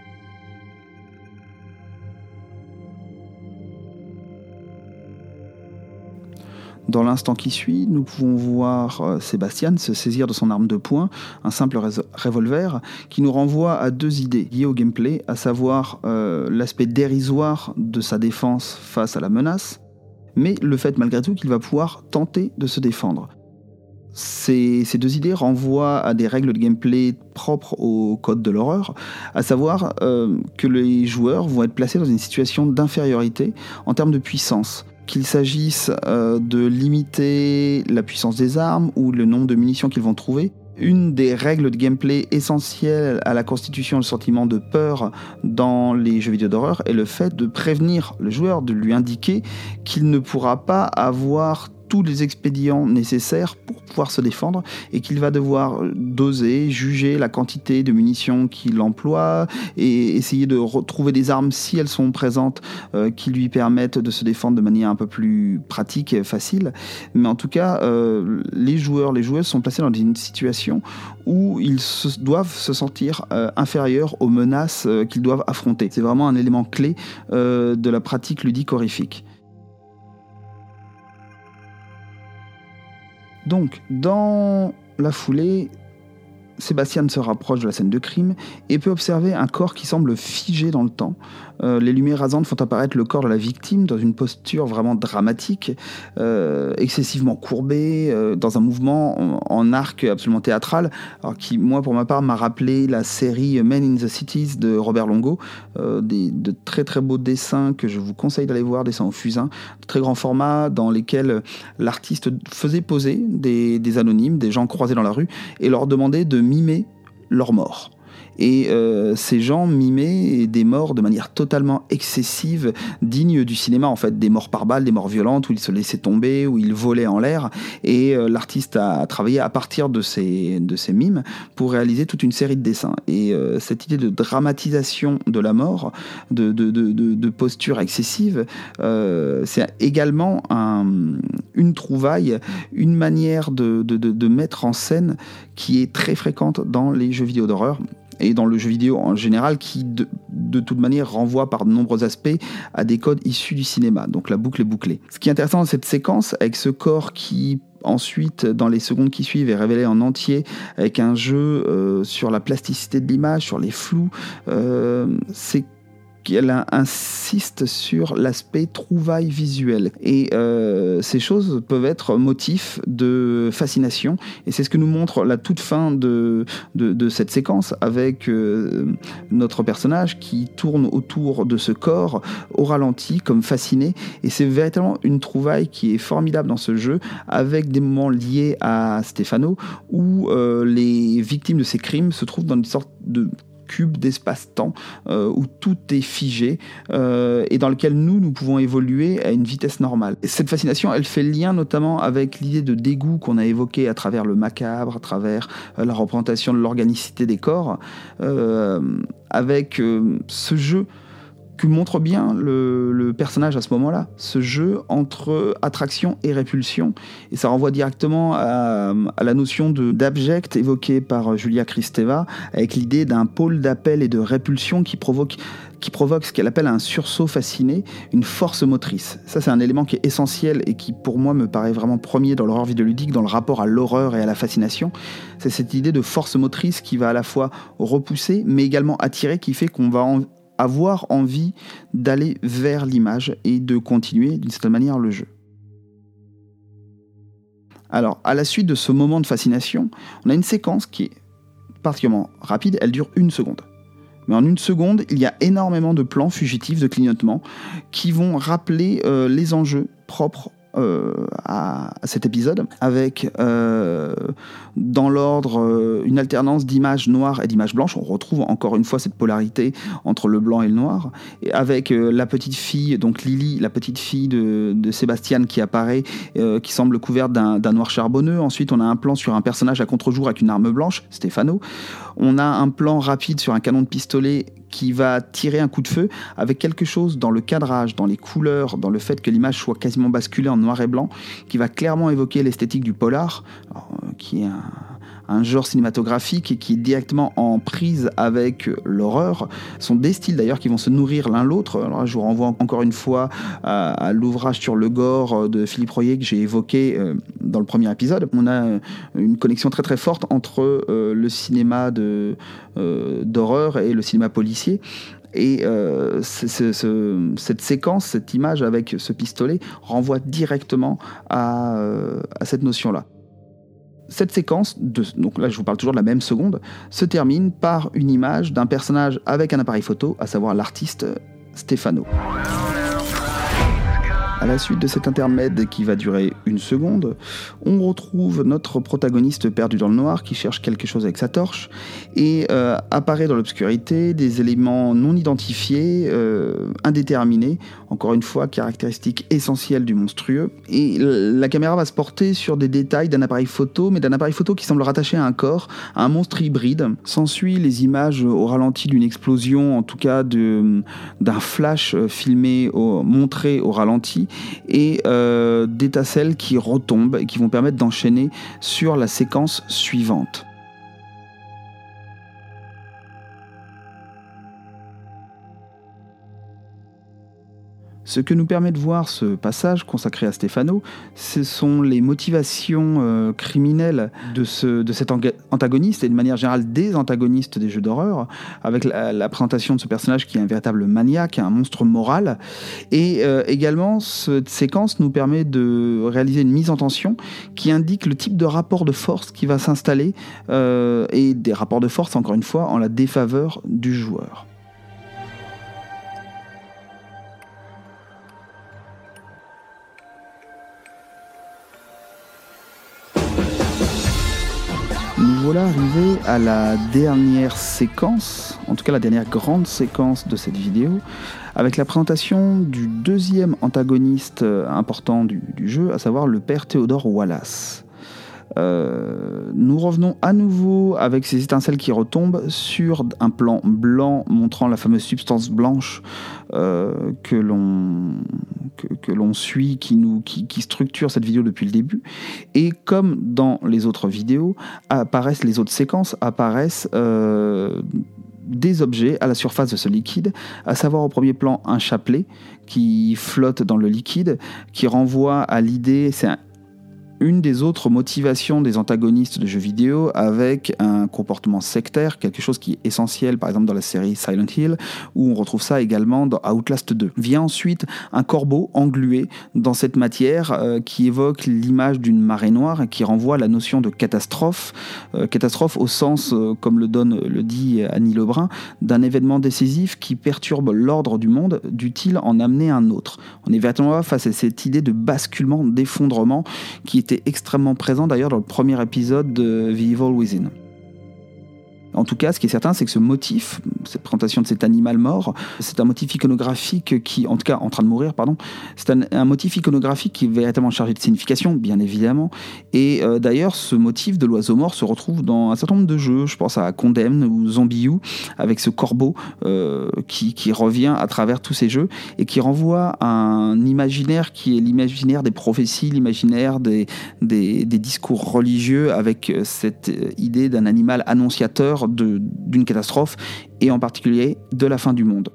Dans l'instant qui suit, nous pouvons voir Sébastien se saisir de son arme de poing, un simple revolver, qui nous renvoie à deux idées liées au gameplay, à savoir l'aspect dérisoire de sa défense face à la menace, mais le fait malgré tout qu'il va pouvoir tenter de se défendre. Ces deux idées renvoient à des règles de gameplay propres au code de l'horreur, à savoir que les joueurs vont être placés dans une situation d'infériorité en termes de puissance. Qu'il s'agisse de limiter la puissance des armes ou le nombre de munitions qu'ils vont trouver. Une des règles de gameplay essentielles à la constitution du sentiment de peur dans les jeux vidéo d'horreur est le fait de prévenir le joueur, de lui indiquer qu'il ne pourra pas avoir tous les expédients nécessaires pour pouvoir se défendre et qu'il va devoir doser, juger la quantité de munitions qu'il emploie et essayer de retrouver des armes si elles sont présentes qui lui permettent de se défendre de manière un peu plus pratique et facile. Mais en tout cas, les joueuses sont placés dans une situation où ils doivent se sentir inférieurs aux menaces qu'ils doivent affronter. C'est vraiment un élément clé de la pratique ludique horrifique. Donc, dans la foulée, Sébastien se rapproche de la scène de crime et peut observer un corps qui semble figé dans le temps. Les lumières rasantes font apparaître le corps de la victime dans une posture vraiment dramatique, excessivement courbée, dans un mouvement en arc absolument théâtral, alors qui, moi, pour ma part, m'a rappelé la série Men in the Cities de Robert Longo, de très très beaux dessins que je vous conseille d'aller voir, dessins au fusain, de très grand format, dans lesquels l'artiste faisait poser des anonymes, des gens croisés dans la rue, et leur demandait de mimer leur mort. Et ces gens mimaient des morts de manière totalement excessive, digne du cinéma en fait, des morts par balle, des morts violentes où ils se laissaient tomber, où ils volaient en l'air, et l'artiste a travaillé à partir de ces mimes pour réaliser toute une série de dessins. Et cette idée de dramatisation de la mort, de posture excessive, c'est également une trouvaille, une manière de mettre en scène qui est très fréquente dans les jeux vidéo d'horreur et dans le jeu vidéo en général, qui de toute manière renvoie par de nombreux aspects à des codes issus du cinéma. Donc la boucle est bouclée. Ce qui est intéressant dans cette séquence, avec ce corps qui ensuite, dans les secondes qui suivent, est révélé en entier, avec un jeu sur la plasticité de l'image, sur les flous, c'est qu'elle insiste sur l'aspect trouvaille visuelle. Et ces choses peuvent être motifs de fascination. Et c'est ce que nous montre la toute fin de cette séquence, avec notre personnage qui tourne autour de ce corps au ralenti, comme fasciné. Et c'est véritablement une trouvaille qui est formidable dans ce jeu, avec des moments liés à Stefano, où les victimes de ces crimes se trouvent dans une sorte de cube d'espace-temps où tout est figé et dans lequel nous pouvons évoluer à une vitesse normale. Et cette fascination, elle fait lien notamment avec l'idée de dégoût qu'on a évoquée à travers le macabre, à travers la représentation de l'organicité des corps, avec ce jeu que montre bien le personnage à ce moment-là, ce jeu entre attraction et répulsion, et ça renvoie directement à la notion d'abject évoquée par Julia Kristeva, avec l'idée d'un pôle d'appel et de répulsion qui provoque ce qu'elle appelle un sursaut fasciné, une force motrice. Ça, c'est un élément qui est essentiel et qui, pour moi, me paraît vraiment premier dans l'horreur vidéoludique, dans le rapport à l'horreur et à la fascination. C'est cette idée de force motrice qui va à la fois repousser, mais également attirer, qui fait qu'on va avoir envie d'aller vers l'image et de continuer d'une certaine manière le jeu. Alors, à la suite de ce moment de fascination, on a une séquence qui est particulièrement rapide, elle dure 1 seconde. Mais en 1 seconde, il y a énormément de plans fugitifs, de clignotements, qui vont rappeler les enjeux propres à cet épisode, avec dans l'ordre une alternance d'images noires et d'images blanches. On retrouve encore une fois cette polarité entre le blanc et le noir, et avec la petite fille, donc Lily, la petite fille de Sébastien qui apparaît, qui semble couverte d'un noir charbonneux. Ensuite, on a un plan sur un personnage à contre-jour avec une arme blanche, Stefano. On a un plan rapide sur un canon de pistolet qui va tirer un coup de feu, avec quelque chose dans le cadrage, dans les couleurs, dans le fait que l'image soit quasiment basculée en noir et blanc, qui va clairement évoquer l'esthétique du polar, qui est un genre cinématographique et qui est directement en prise avec l'horreur. Ce sont des styles d'ailleurs qui vont se nourrir l'un l'autre. Alors là, je vous renvoie encore une fois à l'ouvrage sur le gore de Philippe Royer que j'ai évoqué dans le premier épisode. On a une connexion très très forte entre le cinéma d'horreur et le cinéma policier. Et cette séquence, cette image avec ce pistolet renvoie directement à cette notion-là. Cette séquence, donc là je vous parle toujours de la même seconde, se termine par une image d'un personnage avec un appareil photo, à savoir l'artiste Stefano. À la suite de cet intermède qui va durer une seconde, on retrouve notre protagoniste perdu dans le noir qui cherche quelque chose avec sa torche et apparaît dans l'obscurité des éléments non identifiés, indéterminés, encore une fois caractéristique essentielle du monstrueux. Et la caméra va se porter sur des détails d'un appareil photo, mais d'un appareil photo qui semble rattaché à un corps, à un monstre hybride. S'ensuit les images au ralenti d'une explosion, en tout cas d'un flash filmé, montré au ralenti, et d'étincelles qui retombent et qui vont permettre d'enchaîner sur la séquence suivante. Ce que nous permet de voir ce passage consacré à Stefano, ce sont les motivations criminelles de cet antagoniste et de manière générale des antagonistes des jeux d'horreur, avec la présentation de ce personnage qui est un véritable maniaque, un monstre moral. Et également, cette séquence nous permet de réaliser une mise en tension qui indique le type de rapport de force qui va s'installer, et des rapports de force, encore une fois, en la défaveur du joueur. Nous voilà arrivés à la dernière séquence, en tout cas la dernière grande séquence de cette vidéo, avec la présentation du deuxième antagoniste important du jeu, à savoir le père Theodore Wallace. Nous revenons à nouveau avec ces étincelles qui retombent sur un plan blanc montrant la fameuse substance blanche que l'on suit, qui structure cette vidéo depuis le début. Et comme dans les autres vidéos, les autres séquences apparaissent des objets à la surface de ce liquide, à savoir au premier plan un chapelet qui flotte dans le liquide, qui renvoie à l'idée, c'est une des autres motivations des antagonistes de jeux vidéo, avec un comportement sectaire, quelque chose qui est essentiel par exemple dans la série Silent Hill, où on retrouve ça également dans Outlast 2. Vient ensuite un corbeau englué dans cette matière qui évoque l'image d'une marée noire et qui renvoie à la notion de catastrophe, catastrophe au sens, comme le dit Annie Lebrun, d'un événement décisif qui perturbe l'ordre du monde, dût-il en amener un autre. On est véritablement face à cette idée de basculement, d'effondrement qui était extrêmement présent d'ailleurs dans le premier épisode de The Evil Within. En tout cas, ce qui est certain, c'est que ce motif, cette présentation de cet animal mort, c'est un motif iconographique qui, en tout cas en train de mourir, c'est un motif iconographique qui est véritablement chargé de signification, bien évidemment. Et d'ailleurs, ce motif de l'oiseau mort se retrouve dans un certain nombre de jeux. Je pense à Condemned ou Zombie U, avec ce corbeau qui revient à travers tous ces jeux et qui renvoie à un imaginaire qui est l'imaginaire des prophéties, l'imaginaire des discours religieux, avec cette idée d'un animal annonciateur d'une catastrophe, et en particulier de la fin du monde.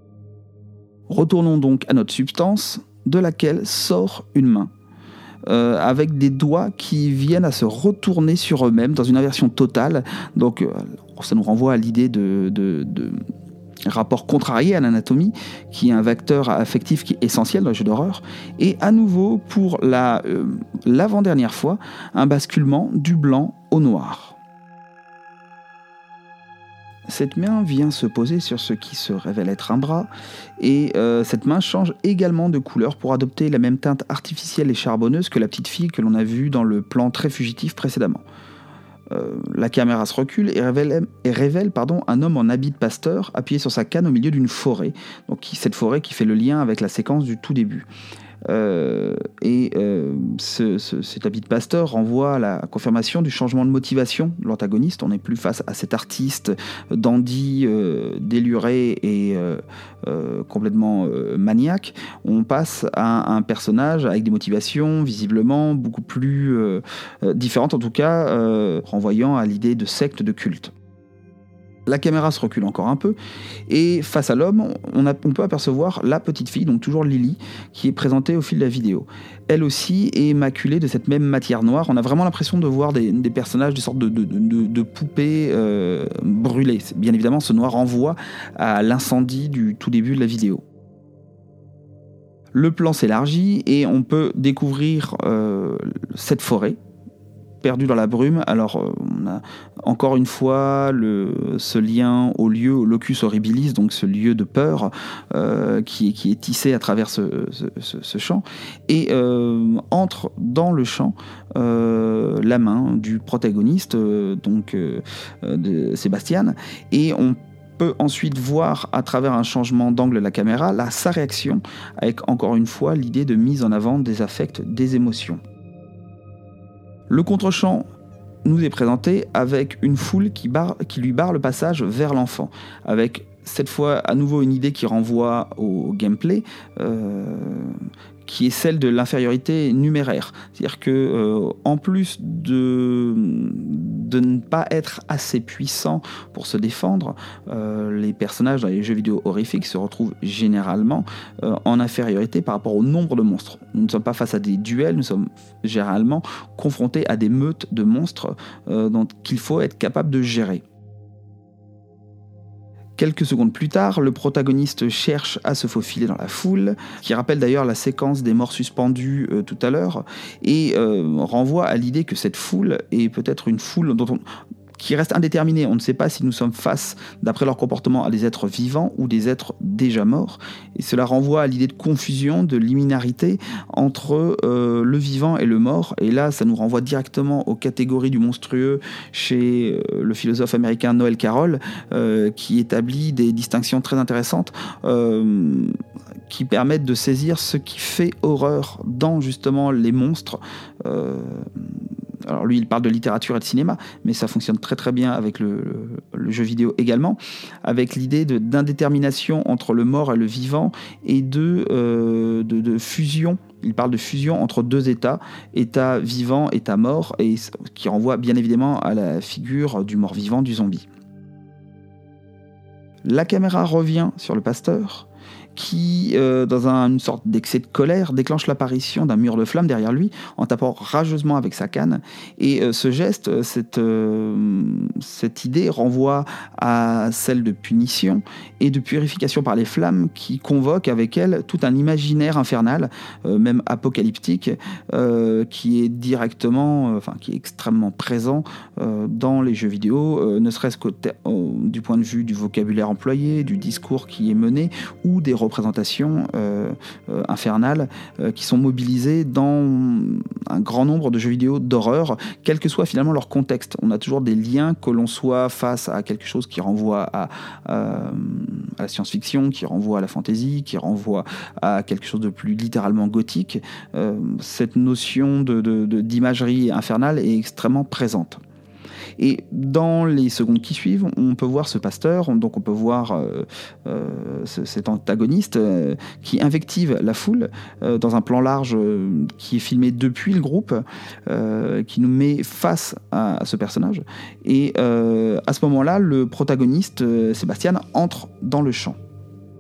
Retournons donc à notre substance, de laquelle sort une main, avec des doigts qui viennent à se retourner sur eux-mêmes dans une inversion totale. Donc ça nous renvoie à l'idée de rapport contrarié à l'anatomie, qui est un vecteur affectif qui est essentiel dans les jeux d'horreur. Et à nouveau, pour l'avant-dernière fois, un basculement du blanc au noir. Cette main vient se poser sur ce qui se révèle être un bras, et cette main change également de couleur pour adopter la même teinte artificielle et charbonneuse que la petite fille que l'on a vue dans le plan très fugitif précédemment. La caméra se recule et révèle un homme en habit de pasteur appuyé sur sa canne au milieu d'une forêt. Donc cette forêt qui fait le lien avec la séquence du tout début. Cet habit de pasteur renvoie à la confirmation du changement de motivation de l'antagoniste. On n'est plus face à cet artiste dandy, déluré et complètement maniaque. On passe à un personnage avec des motivations visiblement beaucoup plus différentes, en tout cas renvoyant à l'idée de secte, de culte. La caméra se recule encore un peu, et face à l'homme, on peut apercevoir la petite fille, donc toujours Lily, qui est présentée au fil de la vidéo. Elle aussi est maculée de cette même matière noire. On a vraiment l'impression de voir des personnages, des sortes de poupées brûlées. Bien évidemment, ce noir renvoie à l'incendie du tout début de la vidéo. Le plan s'élargit et on peut découvrir cette forêt, perdu dans la brume. Alors on a encore une fois ce lien au lieu, au locus horribilis, donc ce lieu de peur qui est tissé à travers ce champ, et entre dans le champ la main du protagoniste, de Sébastien, et on peut ensuite voir à travers un changement d'angle de la caméra sa réaction, avec encore une fois l'idée de mise en avant des affects, des émotions. Le contre-champ nous est présenté avec une foule qui lui barre le passage vers l'enfant, avec cette fois à nouveau une idée qui renvoie au gameplay, qui est celle de l'infériorité numéraire. C'est-à-dire que en plus de ne pas être assez puissants pour se défendre, les personnages dans les jeux vidéo horrifiques se retrouvent généralement en infériorité par rapport au nombre de monstres. Nous ne sommes pas face à des duels, nous sommes généralement confrontés à des meutes de monstres qu'il faut être capable de gérer. Quelques secondes plus tard, le protagoniste cherche à se faufiler dans la foule, qui rappelle d'ailleurs la séquence des morts suspendues tout à l'heure, et renvoie à l'idée que cette foule est peut-être une foule qui reste indéterminée. On ne sait pas si nous sommes face, d'après leur comportement, à des êtres vivants ou des êtres déjà morts. Et cela renvoie à l'idée de confusion, de liminarité entre le vivant et le mort. Et là, ça nous renvoie directement aux catégories du monstrueux chez le philosophe américain Noel Carroll, qui établit des distinctions très intéressantes qui permettent de saisir ce qui fait horreur dans justement les monstres. Alors lui, il parle de littérature et de cinéma, mais ça fonctionne très très bien avec le jeu vidéo également, avec l'idée d'indétermination entre le mort et le vivant, et de fusion. Il parle de fusion entre deux états vivant, état mort, et qui renvoie bien évidemment à la figure du mort-vivant, du zombie. La caméra revient sur le pasteur, qui, dans une sorte d'excès de colère, déclenche l'apparition d'un mur de flammes derrière lui, en tapant rageusement avec sa canne. Et ce geste, cette idée renvoie à celle de punition et de purification par les flammes, qui convoque avec elle tout un imaginaire infernal, même apocalyptique, qui est qui est extrêmement présent dans les jeux vidéo, ne serait-ce du point de vue du vocabulaire employé, du discours qui est mené, ou des représentations infernales qui sont mobilisées dans un grand nombre de jeux vidéo d'horreur, quel que soit finalement leur contexte. On a toujours des liens, que l'on soit face à quelque chose qui renvoie à la science-fiction, qui renvoie à la fantasy, qui renvoie à quelque chose de plus littéralement gothique. Cette notion d'imagerie infernale est extrêmement présente. Et dans les secondes qui suivent, on peut voir ce pasteur, donc on peut voir cet antagoniste qui invective la foule dans un plan large qui est filmé depuis le groupe, qui nous met face à ce personnage. Et à ce moment-là, le protagoniste, Sébastien, entre dans le champ.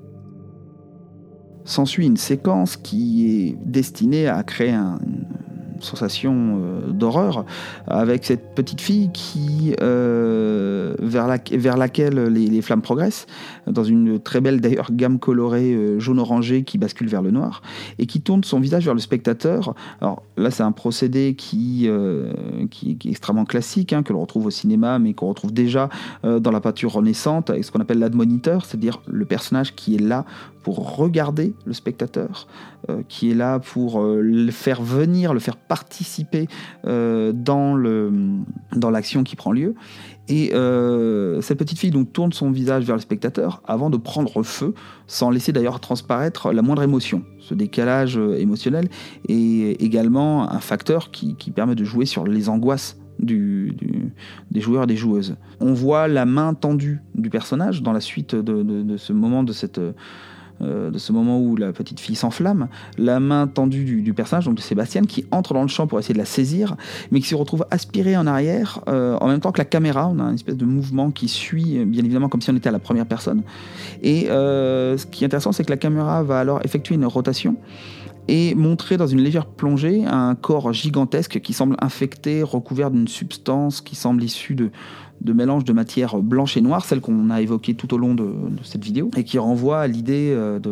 S'ensuit une séquence qui est destinée à créer sensation d'horreur, avec cette petite fille qui, vers laquelle les flammes progressent, dans une très belle d'ailleurs gamme colorée jaune-orangé qui bascule vers le noir, et qui tourne son visage vers le spectateur. Alors là, c'est un procédé qui est extrêmement classique, que l'on retrouve au cinéma, mais qu'on retrouve déjà dans la peinture renaissante, avec ce qu'on appelle l'admoniteur, c'est-à-dire le personnage qui est là pour regarder le spectateur, qui est là pour le faire venir, le faire participer dans l'action qui prend lieu. Et cette petite fille donc tourne son visage vers le spectateur avant de prendre feu, sans laisser d'ailleurs transparaître la moindre émotion. Ce décalage émotionnel est également un facteur qui permet de jouer sur les angoisses des joueurs et des joueuses. On voit la main tendue du personnage dans la suite de ce moment, de ce moment où la petite fille s'enflamme, la main tendue du personnage, donc de Sébastien, qui entre dans le champ pour essayer de la saisir, mais qui se retrouve aspiré en arrière, en même temps que la caméra. On a une espèce de mouvement qui suit, bien évidemment, comme si on était à la première personne. Et ce qui est intéressant, c'est que la caméra va alors effectuer une rotation et montrer dans une légère plongée un corps gigantesque qui semble infecté, recouvert d'une substance qui semble issue de mélange de matière blanche et noire, celle qu'on a évoquée tout au long de cette vidéo, et qui renvoie à l'idée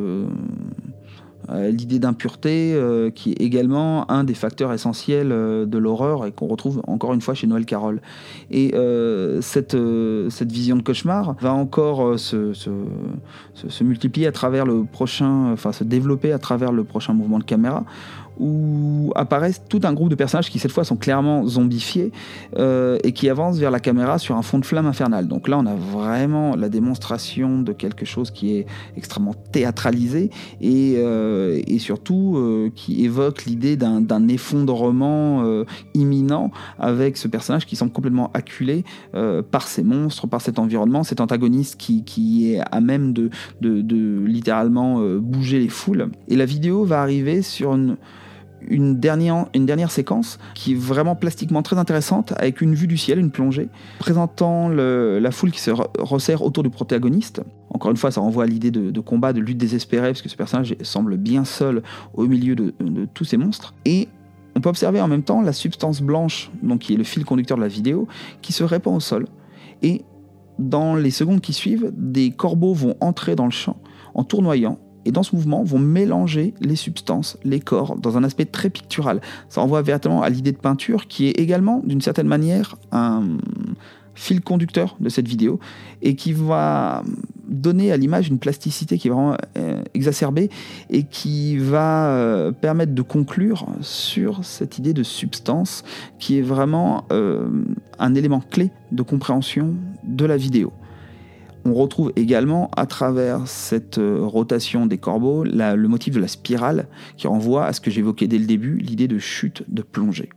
d'impureté, qui est également un des facteurs essentiels de l'horreur et qu'on retrouve encore une fois chez Noël Carroll. Et cette vision de cauchemar va encore se multiplier à travers se développer à travers le prochain mouvement de caméra, où apparaissent tout un groupe de personnages qui cette fois sont clairement zombifiés et qui avancent vers la caméra sur un fond de flamme infernale. Donc là on a vraiment la démonstration de quelque chose qui est extrêmement théâtralisé et surtout qui évoque l'idée d'un effondrement imminent, avec ce personnage qui semble complètement acculé par ces monstres, par cet environnement, cet antagoniste qui est à même de littéralement bouger les foules. Et la vidéo va arriver sur une dernière séquence qui est vraiment plastiquement très intéressante, avec une vue du ciel, une plongée, présentant la foule qui se resserre autour du protagoniste. Encore une fois, ça renvoie à l'idée de combat, de lutte désespérée, parce que ce personnage semble bien seul au milieu de tous ces monstres. Et on peut observer en même temps la substance blanche, donc qui est le fil conducteur de la vidéo, qui se répand au sol. Et dans les secondes qui suivent, des corbeaux vont entrer dans le champ en tournoyant, et dans ce mouvement vont mélanger les substances, les corps, dans un aspect très pictural. Ça renvoie véritablement à l'idée de peinture, qui est également, d'une certaine manière, un fil conducteur de cette vidéo, et qui va donner à l'image une plasticité qui est vraiment exacerbée, et qui va permettre de conclure sur cette idée de substance, qui est vraiment un élément clé de compréhension de la vidéo. On retrouve également, à travers cette rotation des corbeaux, le motif de la spirale, qui renvoie à ce que j'évoquais dès le début, l'idée de chute, de plongée.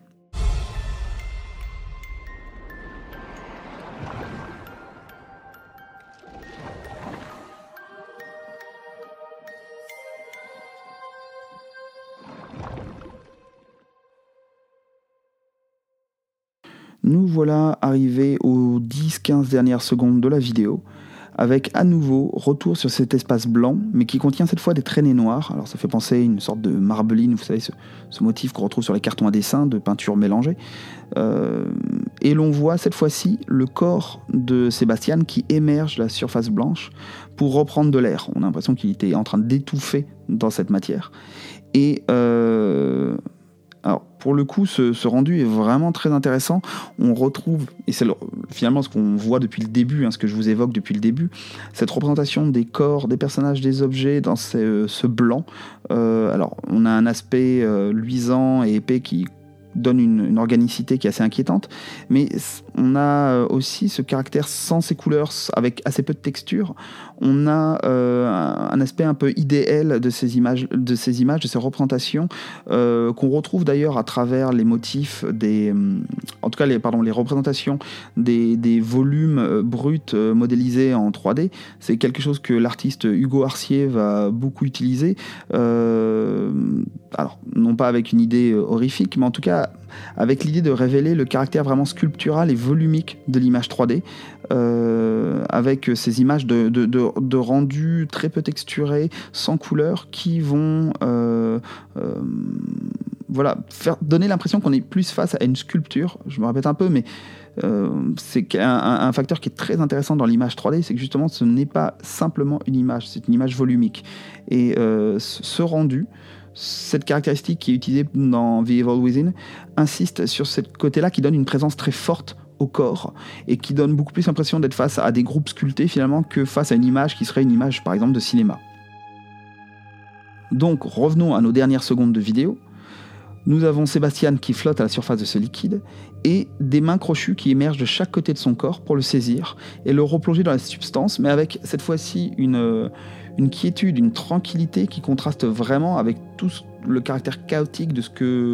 Nous voilà arrivés aux 10-15 dernières secondes de la vidéo, avec à nouveau retour sur cet espace blanc, mais qui contient cette fois des traînées noires. Alors ça fait penser à une sorte de marbeline, vous savez, ce motif qu'on retrouve sur les cartons à dessin de peinture mélangée. Et l'on voit cette fois-ci le corps de Sébastien qui émerge de la surface blanche pour reprendre de l'air. On a l'impression qu'il était en train d'étouffer dans cette matière. Et alors, pour le coup, ce rendu est vraiment très intéressant. On retrouve, et c'est finalement ce qu'on voit depuis le début, ce que je vous évoque depuis le début, cette représentation des corps, des personnages, des objets dans ce blanc. Alors, on a un aspect luisant et épais qui donne une organicité qui est assez inquiétante, mais on a aussi ce caractère sans ces couleurs, avec assez peu de texture. On a un aspect un peu idéal de ces images, de ces représentations, qu'on retrouve d'ailleurs à travers les motifs en tout cas les représentations des volumes bruts modélisés en 3D. C'est quelque chose que l'artiste Hugo Arcier va beaucoup utiliser, alors non pas avec une idée horrifique, mais en tout cas avec l'idée de révéler le caractère vraiment sculptural et volumique de l'image 3D, avec ces images de rendu très peu texturés, sans couleur, qui vont donner l'impression qu'on est plus face à une sculpture. Je me répète un peu, mais c'est un facteur qui est très intéressant dans l'image 3D, c'est que justement ce n'est pas simplement une image, c'est une image volumique. Et ce rendu, cette caractéristique qui est utilisée dans The Evil Within, insiste sur ce côté-là qui donne une présence très forte au corps et qui donne beaucoup plus l'impression d'être face à des groupes sculptés finalement que face à une image qui serait une image par exemple de cinéma. Donc revenons à nos dernières secondes de vidéo. Nous avons Sébastien qui flotte à la surface de ce liquide et des mains crochues qui émergent de chaque côté de son corps pour le saisir et le replonger dans la substance, mais avec cette fois-ci une quiétude, une tranquillité qui contraste vraiment avec tout le caractère chaotique de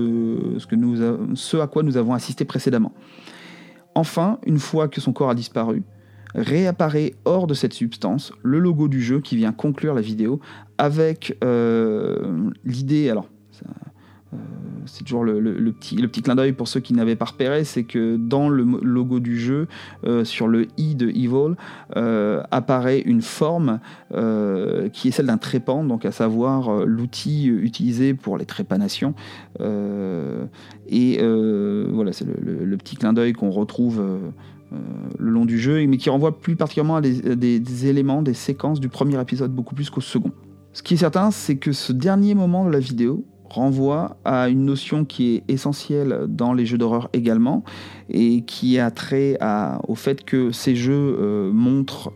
ce à quoi nous avons assisté précédemment. Enfin, une fois que son corps a disparu, réapparaît hors de cette substance le logo du jeu qui vient conclure la vidéo avec l'idée... Alors, c'est toujours le petit clin d'œil pour ceux qui n'avaient pas repéré, c'est que dans le logo du jeu, sur le i de Evil, apparaît une forme qui est celle d'un trépant, donc à savoir l'outil utilisé pour les trépanations. Voilà, c'est le petit clin d'œil qu'on retrouve le long du jeu, mais qui renvoie plus particulièrement à des éléments, des séquences du premier épisode, beaucoup plus qu'au second. Ce qui est certain, c'est que ce dernier moment de la vidéo renvoie à une notion qui est essentielle dans les jeux d'horreur également, et qui a trait au fait que ces jeux montrent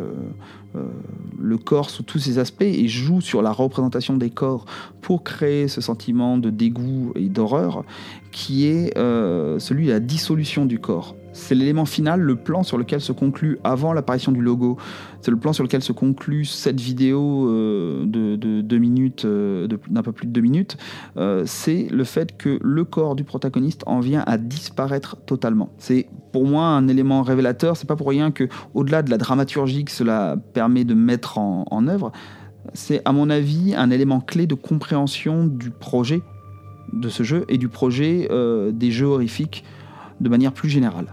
le corps sous tous ses aspects et jouent sur la représentation des corps pour créer ce sentiment de dégoût et d'horreur qui est celui de la dissolution du corps. C'est l'élément final, le plan sur lequel se conclut, avant l'apparition du logo, c'est le plan sur lequel se conclut cette vidéo de 2 minutes, d'un peu plus de 2 minutes, c'est le fait que le corps du protagoniste en vient à disparaître totalement. C'est pour moi un élément révélateur, c'est pas pour rien que, au-delà de la dramaturgie que cela permet de mettre en œuvre, c'est à mon avis un élément clé de compréhension du projet de ce jeu et du projet des jeux horrifiques de manière plus générale.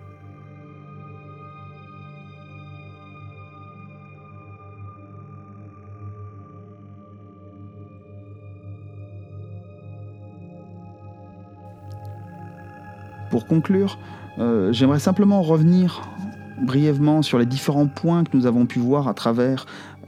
Pour conclure, j'aimerais simplement revenir brièvement sur les différents points que nous avons pu voir à travers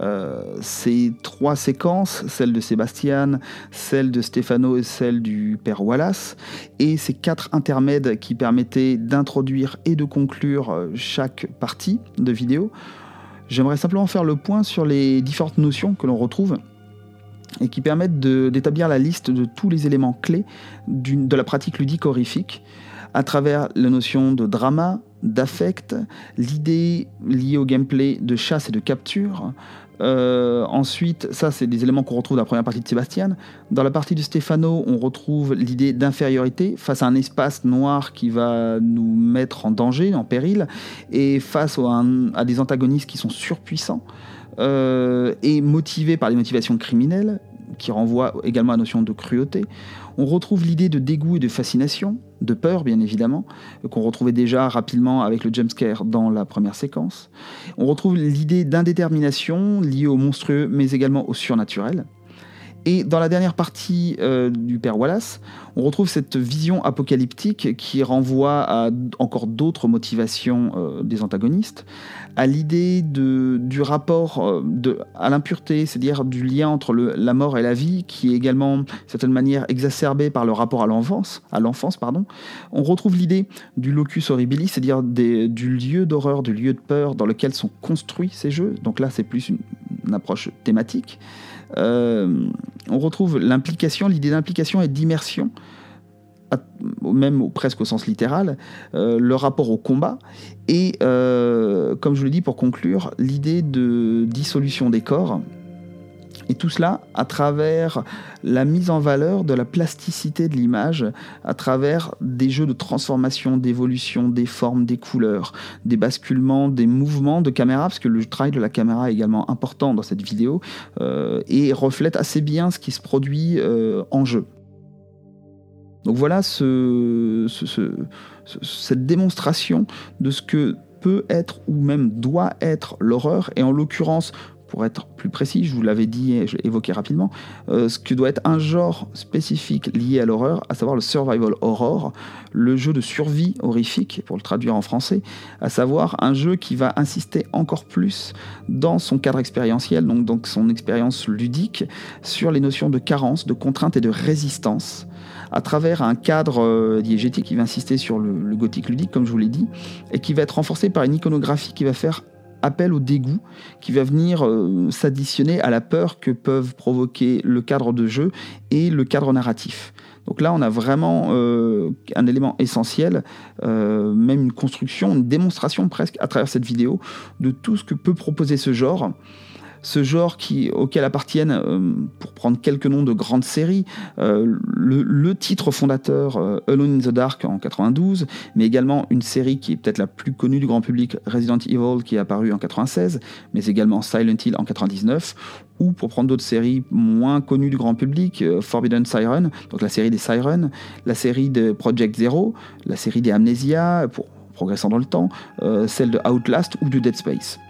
ces 3 séquences, celle de Sébastien, celle de Stefano et celle du père Wallace, et ces 4 intermèdes qui permettaient d'introduire et de conclure chaque partie de vidéo. J'aimerais simplement faire le point sur les différentes notions que l'on retrouve et qui permettent d'établir la liste de tous les éléments clés de la pratique ludique horrifique, à travers la notion de drama, d'affect, l'idée liée au gameplay de chasse et de capture. Ensuite, ça c'est des éléments qu'on retrouve dans la première partie de Sébastien. Dans la partie de Stefano, on retrouve l'idée d'infériorité face à un espace noir qui va nous mettre en danger, en péril, et face à des antagonistes qui sont surpuissants et motivés par des motivations criminelles, qui renvoie également à la notion de cruauté. On retrouve l'idée de dégoût et de fascination, de peur bien évidemment, qu'on retrouvait déjà rapidement avec le jumpscare dans la première séquence. On retrouve l'idée d'indétermination liée au monstrueux mais également au surnaturel. Et dans la dernière partie du père Wallace, on retrouve cette vision apocalyptique qui renvoie à encore d'autres motivations des antagonistes, à l'idée du rapport à l'impureté, c'est-à-dire du lien entre la mort et la vie, qui est également, d'une certaine manière, exacerbé par le rapport à l'enfance. On retrouve l'idée du locus horribilis, c'est-à-dire du lieu d'horreur, du lieu de peur dans lequel sont construits ces jeux. Donc là, c'est plus une approche thématique. On retrouve l'idée d'implication et d'immersion, même presque au sens littéral, le rapport au combat, et comme je le dis pour conclure, l'idée de dissolution des corps, et tout cela à travers la mise en valeur de la plasticité de l'image, à travers des jeux de transformation, d'évolution, des formes, des couleurs, des basculements, des mouvements de caméra, parce que le travail de la caméra est également important dans cette vidéo, et reflète assez bien ce qui se produit en jeu. Donc voilà cette démonstration de ce que peut être ou même doit être l'horreur, et en l'occurrence pour être plus précis, je vous l'avais dit et je l'ai évoqué rapidement, ce que doit être un genre spécifique lié à l'horreur, à savoir le survival horror, le jeu de survie horrifique, pour le traduire en français, à savoir un jeu qui va insister encore plus dans son cadre expérientiel, donc son expérience ludique, sur les notions de carence, de contrainte et de résistance, à travers un cadre diégétique qui va insister sur le gothique ludique, comme je vous l'ai dit, et qui va être renforcé par une iconographie qui va faire appel au dégoût, qui va venir s'additionner à la peur que peuvent provoquer le cadre de jeu et le cadre narratif. Donc là, on a vraiment un élément essentiel, même une construction, une démonstration presque à travers cette vidéo de tout ce que peut proposer ce genre. Ce genre auquel appartiennent, pour prendre quelques noms de grandes séries, le titre fondateur Alone in the Dark en 92, mais également une série qui est peut-être la plus connue du grand public, Resident Evil, qui est apparue en 96, mais également Silent Hill en 99, ou pour prendre d'autres séries moins connues du grand public, Forbidden Siren, donc la série des Sirens, la série de Project Zero, la série des Amnesia, pour progressant dans le temps, celle de Outlast ou de Dead Space.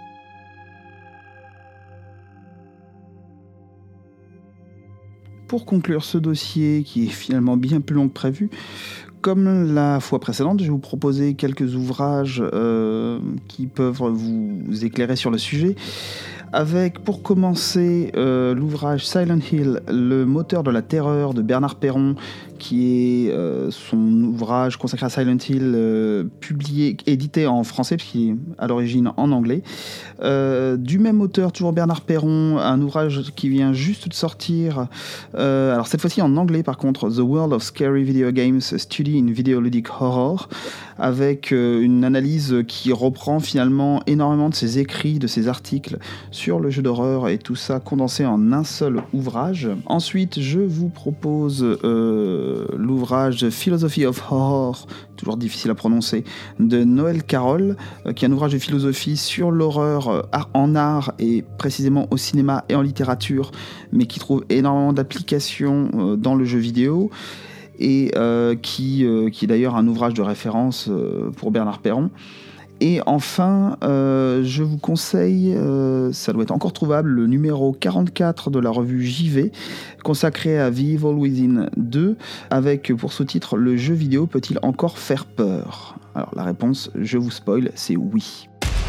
Pour conclure ce dossier, qui est finalement bien plus long que prévu, comme la fois précédente, je vais vous proposer quelques ouvrages qui peuvent vous éclairer sur le sujet. Avec, pour commencer, l'ouvrage Silent Hill, le moteur de la terreur de Bernard Perron, qui est son ouvrage consacré à Silent Hill, publié, édité en français, puisqu'il est à l'origine en anglais. Du même auteur, toujours Bernard Perron, un ouvrage qui vient juste de sortir, alors cette fois-ci en anglais par contre, The World of Scary Video Games, a Study in Videoludic Horror, avec une analyse qui reprend finalement énormément de ses écrits, de ses articles sur le jeu d'horreur, et tout ça condensé en un seul ouvrage. Ensuite, je vous propose l'ouvrage Philosophy of Horror, toujours difficile à prononcer, de Noël Carroll, qui est un ouvrage de philosophie sur l'horreur en art et précisément au cinéma et en littérature, mais qui trouve énormément d'applications dans le jeu vidéo, et qui est d'ailleurs un ouvrage de référence pour Bernard Perron. Et enfin, je vous conseille, ça doit être encore trouvable, le numéro 44 de la revue JV, consacré à The Evil Within 2, avec pour sous-titre « Le jeu vidéo peut-il encore faire peur ?» Alors la réponse, je vous spoil, c'est oui.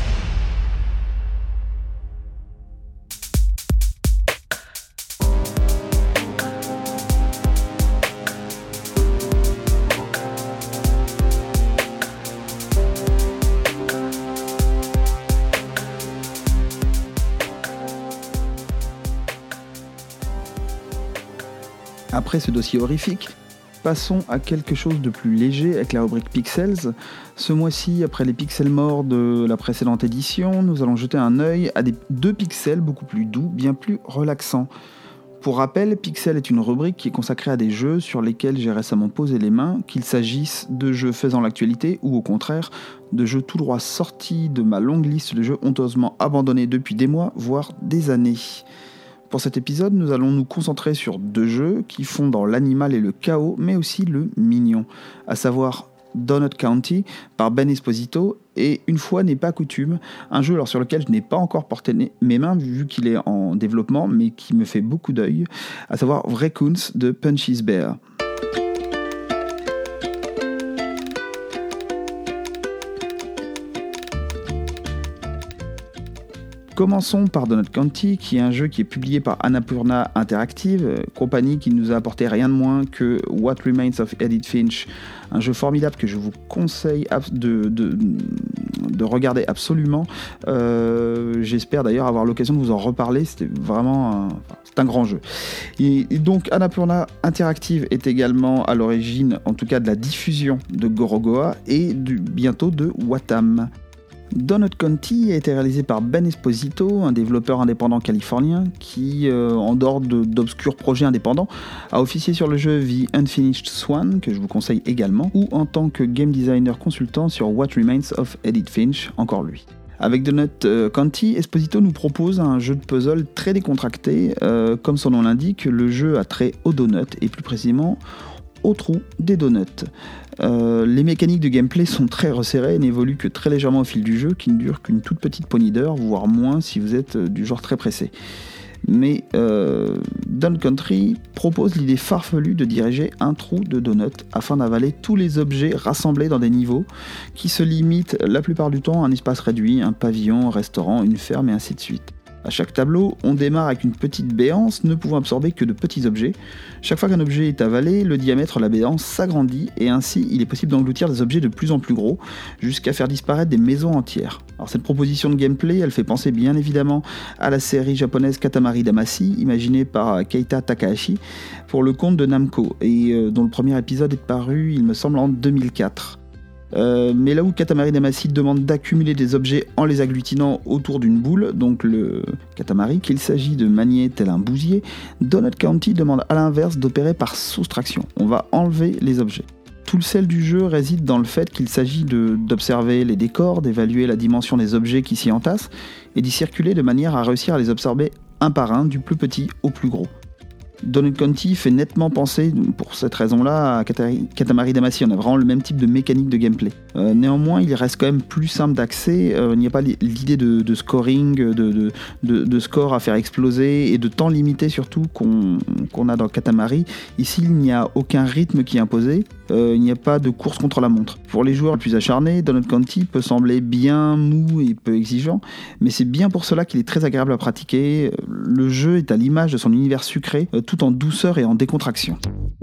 Après ce dossier horrifique, passons à quelque chose de plus léger avec la rubrique Pixels. Ce mois-ci, après les pixels morts de la précédente édition, nous allons jeter un œil à deux pixels beaucoup plus doux, bien plus relaxants. Pour rappel, Pixel est une rubrique qui est consacrée à des jeux sur lesquels j'ai récemment posé les mains, qu'il s'agisse de jeux faisant l'actualité ou au contraire de jeux tout droit sortis de ma longue liste de jeux honteusement abandonnés depuis des mois, voire des années. Pour cet épisode, nous allons nous concentrer sur deux jeux qui font dans l'animal et le chaos, mais aussi le mignon, à savoir Donut County par Ben Esposito et Une fois n'est pas coutume, un jeu sur lequel je n'ai pas encore porté mes mains vu qu'il est en développement, mais qui me fait beaucoup d'œil, à savoir Raccoons de Punch's Bear. Commençons par Donut County, qui est un jeu qui est publié par Annapurna Interactive, compagnie qui nous a apporté rien de moins que What Remains of Edith Finch, un jeu formidable que je vous conseille de regarder absolument. J'espère d'ailleurs avoir l'occasion de vous en reparler, c'est un grand jeu. Et donc Annapurna Interactive est également à l'origine, en tout cas de la diffusion de Gorogoa et bientôt de Watam. Donut County a été réalisé par Ben Esposito, un développeur indépendant californien qui, en dehors d'obscurs projets indépendants, a officié sur le jeu The Unfinished Swan, que je vous conseille également, ou en tant que game designer consultant sur What Remains of Edith Finch, encore lui. Avec Donut County, Esposito nous propose un jeu de puzzle très décontracté. Comme son nom l'indique, le jeu a trait aux donuts, et plus précisément au trou des donuts. Les mécaniques de gameplay sont très resserrées et n'évoluent que très légèrement au fil du jeu, qui ne dure qu'une toute petite poignée d'heures, voire moins si vous êtes du genre très pressé. Mais Donkey Country propose l'idée farfelue de diriger un trou de donut afin d'avaler tous les objets rassemblés dans des niveaux qui se limitent la plupart du temps à un espace réduit, un pavillon, un restaurant, une ferme et ainsi de suite. À chaque tableau, on démarre avec une petite béance ne pouvant absorber que de petits objets. Chaque fois qu'un objet est avalé, le diamètre de la béance s'agrandit et ainsi il est possible d'engloutir des objets de plus en plus gros jusqu'à faire disparaître des maisons entières. Alors cette proposition de gameplay, elle fait penser bien évidemment à la série japonaise Katamari Damacy, imaginée par Keita Takahashi pour le compte de Namco et dont le premier épisode est paru, il me semble, en 2004. Mais là où Katamari Damacy demande d'accumuler des objets en les agglutinant autour d'une boule, donc le Katamari, qu'il s'agit de manier tel un bousier, Donut County demande à l'inverse d'opérer par soustraction. On va enlever les objets. Tout le sel du jeu réside dans le fait qu'il s'agit d'observer les décors, d'évaluer la dimension des objets qui s'y entassent et d'y circuler de manière à réussir à les absorber un par un, du plus petit au plus gros. Donut County fait nettement penser, pour cette raison-là, à Katamari Damacy. On a vraiment le même type de mécanique de gameplay. Néanmoins, il reste quand même plus simple d'accès. Il n'y a pas l'idée de scoring, de score à faire exploser et de temps limité surtout qu'on a dans Katamari. Ici, il n'y a aucun rythme qui est imposé. Il n'y a pas de course contre la montre. Pour les joueurs les plus acharnés, Donut County peut sembler bien mou et peu exigeant, mais c'est bien pour cela qu'il est très agréable à pratiquer. Le jeu est à l'image de son univers sucré, tout en douceur et en décontraction.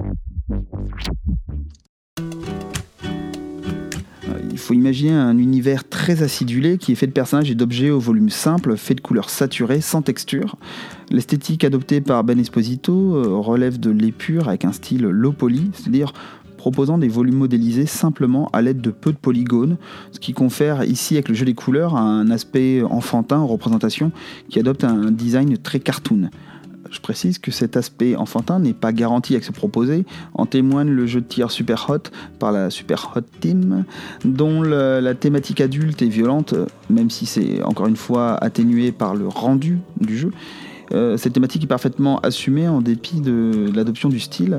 Il faut imaginer un univers très acidulé qui est fait de personnages et d'objets au volume simple, fait de couleurs saturées, sans texture. L'esthétique adoptée par Ben Esposito relève de l'épure avec un style low poly, c'est-à-dire proposant des volumes modélisés simplement à l'aide de peu de polygones, ce qui confère ici avec le jeu des couleurs un aspect enfantin en représentation qui adopte un design très cartoon. Je précise que cet aspect enfantin n'est pas garanti avec ce proposé, en témoigne le jeu de tir Super Hot par la Super Hot Team, dont la thématique adulte est violente, même si c'est encore une fois atténué par le rendu du jeu. Cette thématique est parfaitement assumée en dépit de l'adoption du style,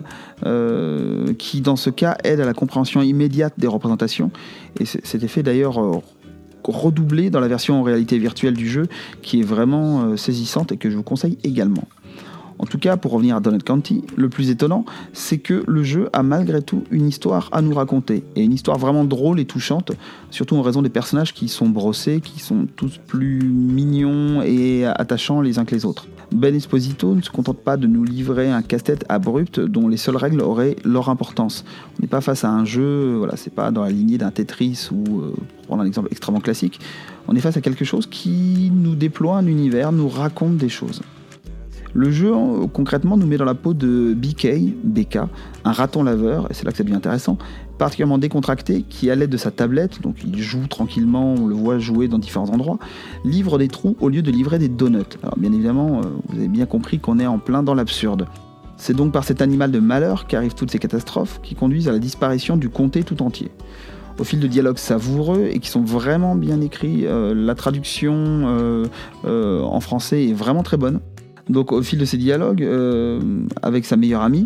qui dans ce cas aide à la compréhension immédiate des représentations, et cet effet d'ailleurs redoublé dans la version en réalité virtuelle du jeu, qui est vraiment saisissante et que je vous conseille également. En tout cas, pour revenir à Donut County, le plus étonnant, c'est que le jeu a malgré tout une histoire à nous raconter, et une histoire vraiment drôle et touchante, surtout en raison des personnages qui sont brossés, qui sont tous plus mignons et attachants les uns que les autres. Ben Esposito ne se contente pas de nous livrer un casse-tête abrupt dont les seules règles auraient leur importance. On n'est pas face à un jeu, voilà, c'est pas dans la lignée d'un Tetris ou, pour prendre un exemple extrêmement classique, on est face à quelque chose qui nous déploie un univers, nous raconte des choses. Le jeu, concrètement, nous met dans la peau de BK, un raton laveur, et c'est là que ça devient intéressant, particulièrement décontracté, qui, à l'aide de sa tablette, donc il joue tranquillement, on le voit jouer dans différents endroits, livre des trous au lieu de livrer des donuts. Alors bien évidemment, vous avez bien compris qu'on est en plein dans l'absurde. C'est donc par cet animal de malheur qu'arrivent toutes ces catastrophes, qui conduisent à la disparition du comté tout entier. Au fil de dialogues savoureux et qui sont vraiment bien écrits, la traduction en français est vraiment très bonne. Donc au fil de ces dialogues, avec sa meilleure amie,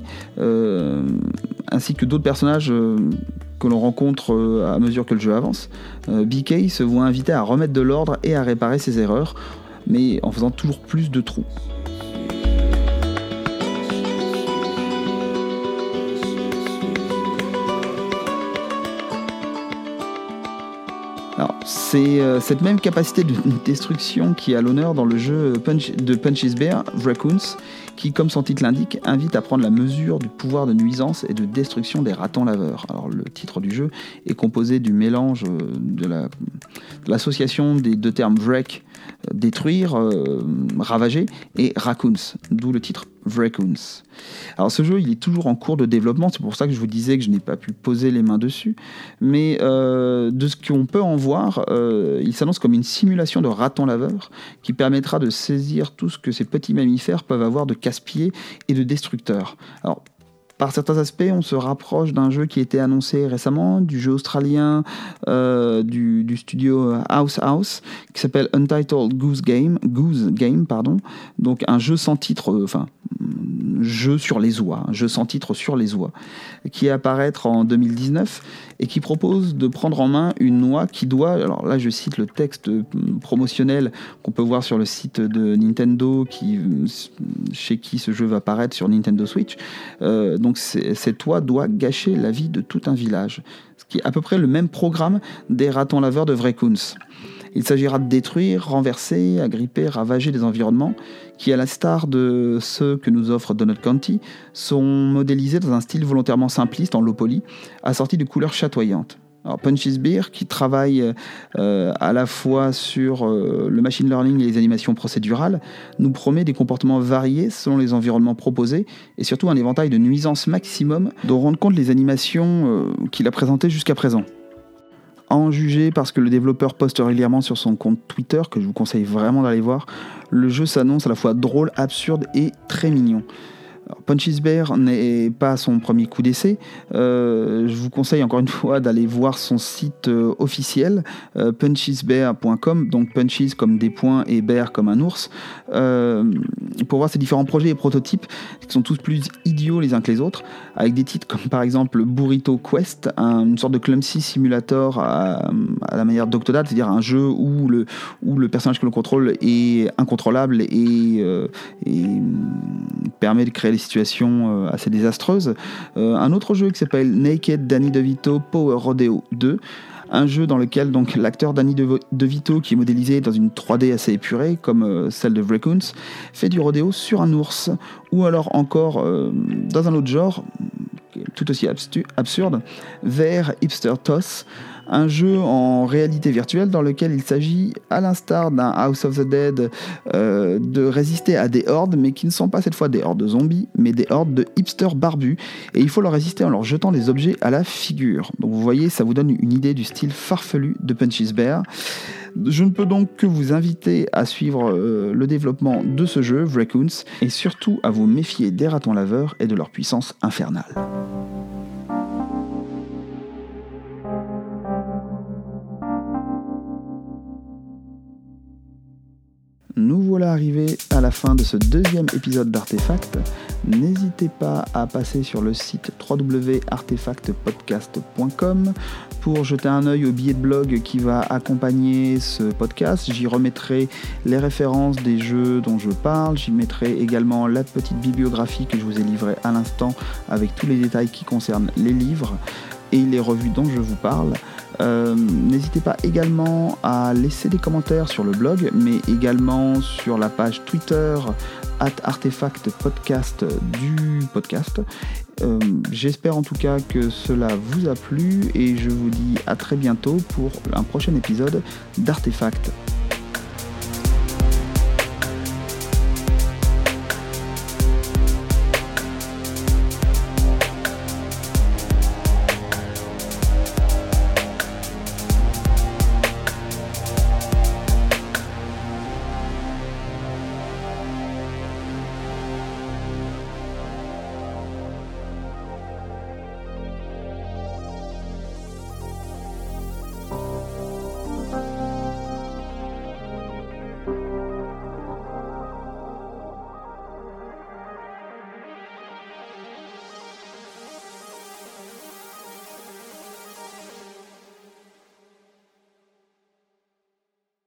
ainsi que d'autres personnages que l'on rencontre à mesure que le jeu avance, BK se voit invité à remettre de l'ordre et à réparer ses erreurs, mais en faisant toujours plus de trous. Alors, c'est cette même capacité de destruction qui est à l'honneur dans le jeu de Punch's Bear, Raccoons, qui, comme son titre l'indique, invite à prendre la mesure du pouvoir de nuisance et de destruction des ratons laveurs. Alors, le titre du jeu est composé du mélange de l'association des deux termes wreck, détruire, ravager, et raccoons, d'où le titre Raccoons. Alors ce jeu, il est toujours en cours de développement, c'est pour ça que je vous disais que je n'ai pas pu poser les mains dessus, mais de ce qu'on peut en voir, il s'annonce comme une simulation de raton laveur qui permettra de saisir tout ce que ces petits mammifères peuvent avoir de casse-pieds et de destructeurs. Alors, par certains aspects, on se rapproche d'un jeu qui a été annoncé récemment, du jeu australien du studio House, qui s'appelle Untitled Goose Game, donc un jeu sans titre, jeu sur les oies, un jeu sans titre sur les oies, qui est à paraître en 2019 et qui propose de prendre en main une oie qui doit, alors là je cite le texte promotionnel qu'on peut voir sur le site de Nintendo, chez qui ce jeu va paraître sur Nintendo Switch. Donc cette oie doit gâcher la vie de tout un village, ce qui est à peu près le même programme des ratons laveurs de Wreckhounds. Il s'agira de détruire, renverser, agripper, ravager des environnements qui, à l'instar de ceux que nous offre Donut County, sont modélisés dans un style volontairement simpliste en low poly, assorti de couleurs chatoyantes. Alors Punch's Bear, qui travaille à la fois sur le machine learning et les animations procédurales, nous promet des comportements variés selon les environnements proposés et surtout un éventail de nuisances maximum dont rendent compte les animations qu'il a présentées jusqu'à présent. À en juger parce que le développeur poste régulièrement sur son compte Twitter, que je vous conseille vraiment d'aller voir, le jeu s'annonce à la fois drôle, absurde et très mignon. Punch's Bear n'est pas son premier coup d'essai. Je vous conseille encore une fois d'aller voir son site officiel, punchisbear.com, donc punches comme des points et bear comme un ours, pour voir ses différents projets et prototypes qui sont tous plus idiots les uns que les autres, avec des titres comme par exemple Burrito Quest, une sorte de clumsy simulator à la manière d'Octodad, c'est-à-dire un jeu où le personnage que l'on contrôle est incontrôlable et permet de créer des situations assez désastreuses. Un autre jeu qui s'appelle Naked Danny DeVito Power Rodeo 2, un jeu dans lequel donc l'acteur Danny DeVito, qui est modélisé dans une 3D assez épurée comme celle de Wreckhounds, fait du rodéo sur un ours, ou alors encore dans un autre genre tout aussi absurde, vers Hipster Toss, un jeu en réalité virtuelle dans lequel il s'agit, à l'instar d'un House of the Dead, de résister à des hordes, mais qui ne sont pas cette fois des hordes de zombies, mais des hordes de hipsters barbus, et il faut leur résister en leur jetant des objets à la figure. Donc vous voyez, ça vous donne une idée du style farfelu de Punch's Bear. Je ne peux donc que vous inviter à suivre le développement de ce jeu, Wreckhounds, et surtout à vous méfier des ratons laveurs et de leur puissance infernale. Nous voilà arrivés à la fin de ce deuxième épisode d'Artefact. N'hésitez pas à passer sur le site www.artefactpodcast.com pour jeter un œil au billet de blog qui va accompagner ce podcast. J'y remettrai les références des jeux dont je parle. J'y mettrai également la petite bibliographie que je vous ai livrée à l'instant avec tous les détails qui concernent les livres et les revues dont je vous parle. N'hésitez pas également à laisser des commentaires sur le blog, mais également sur la page Twitter @artefactpodcast du podcast. J'espère en tout cas que cela vous a plu et je vous dis à très bientôt pour un prochain épisode d'Artefact.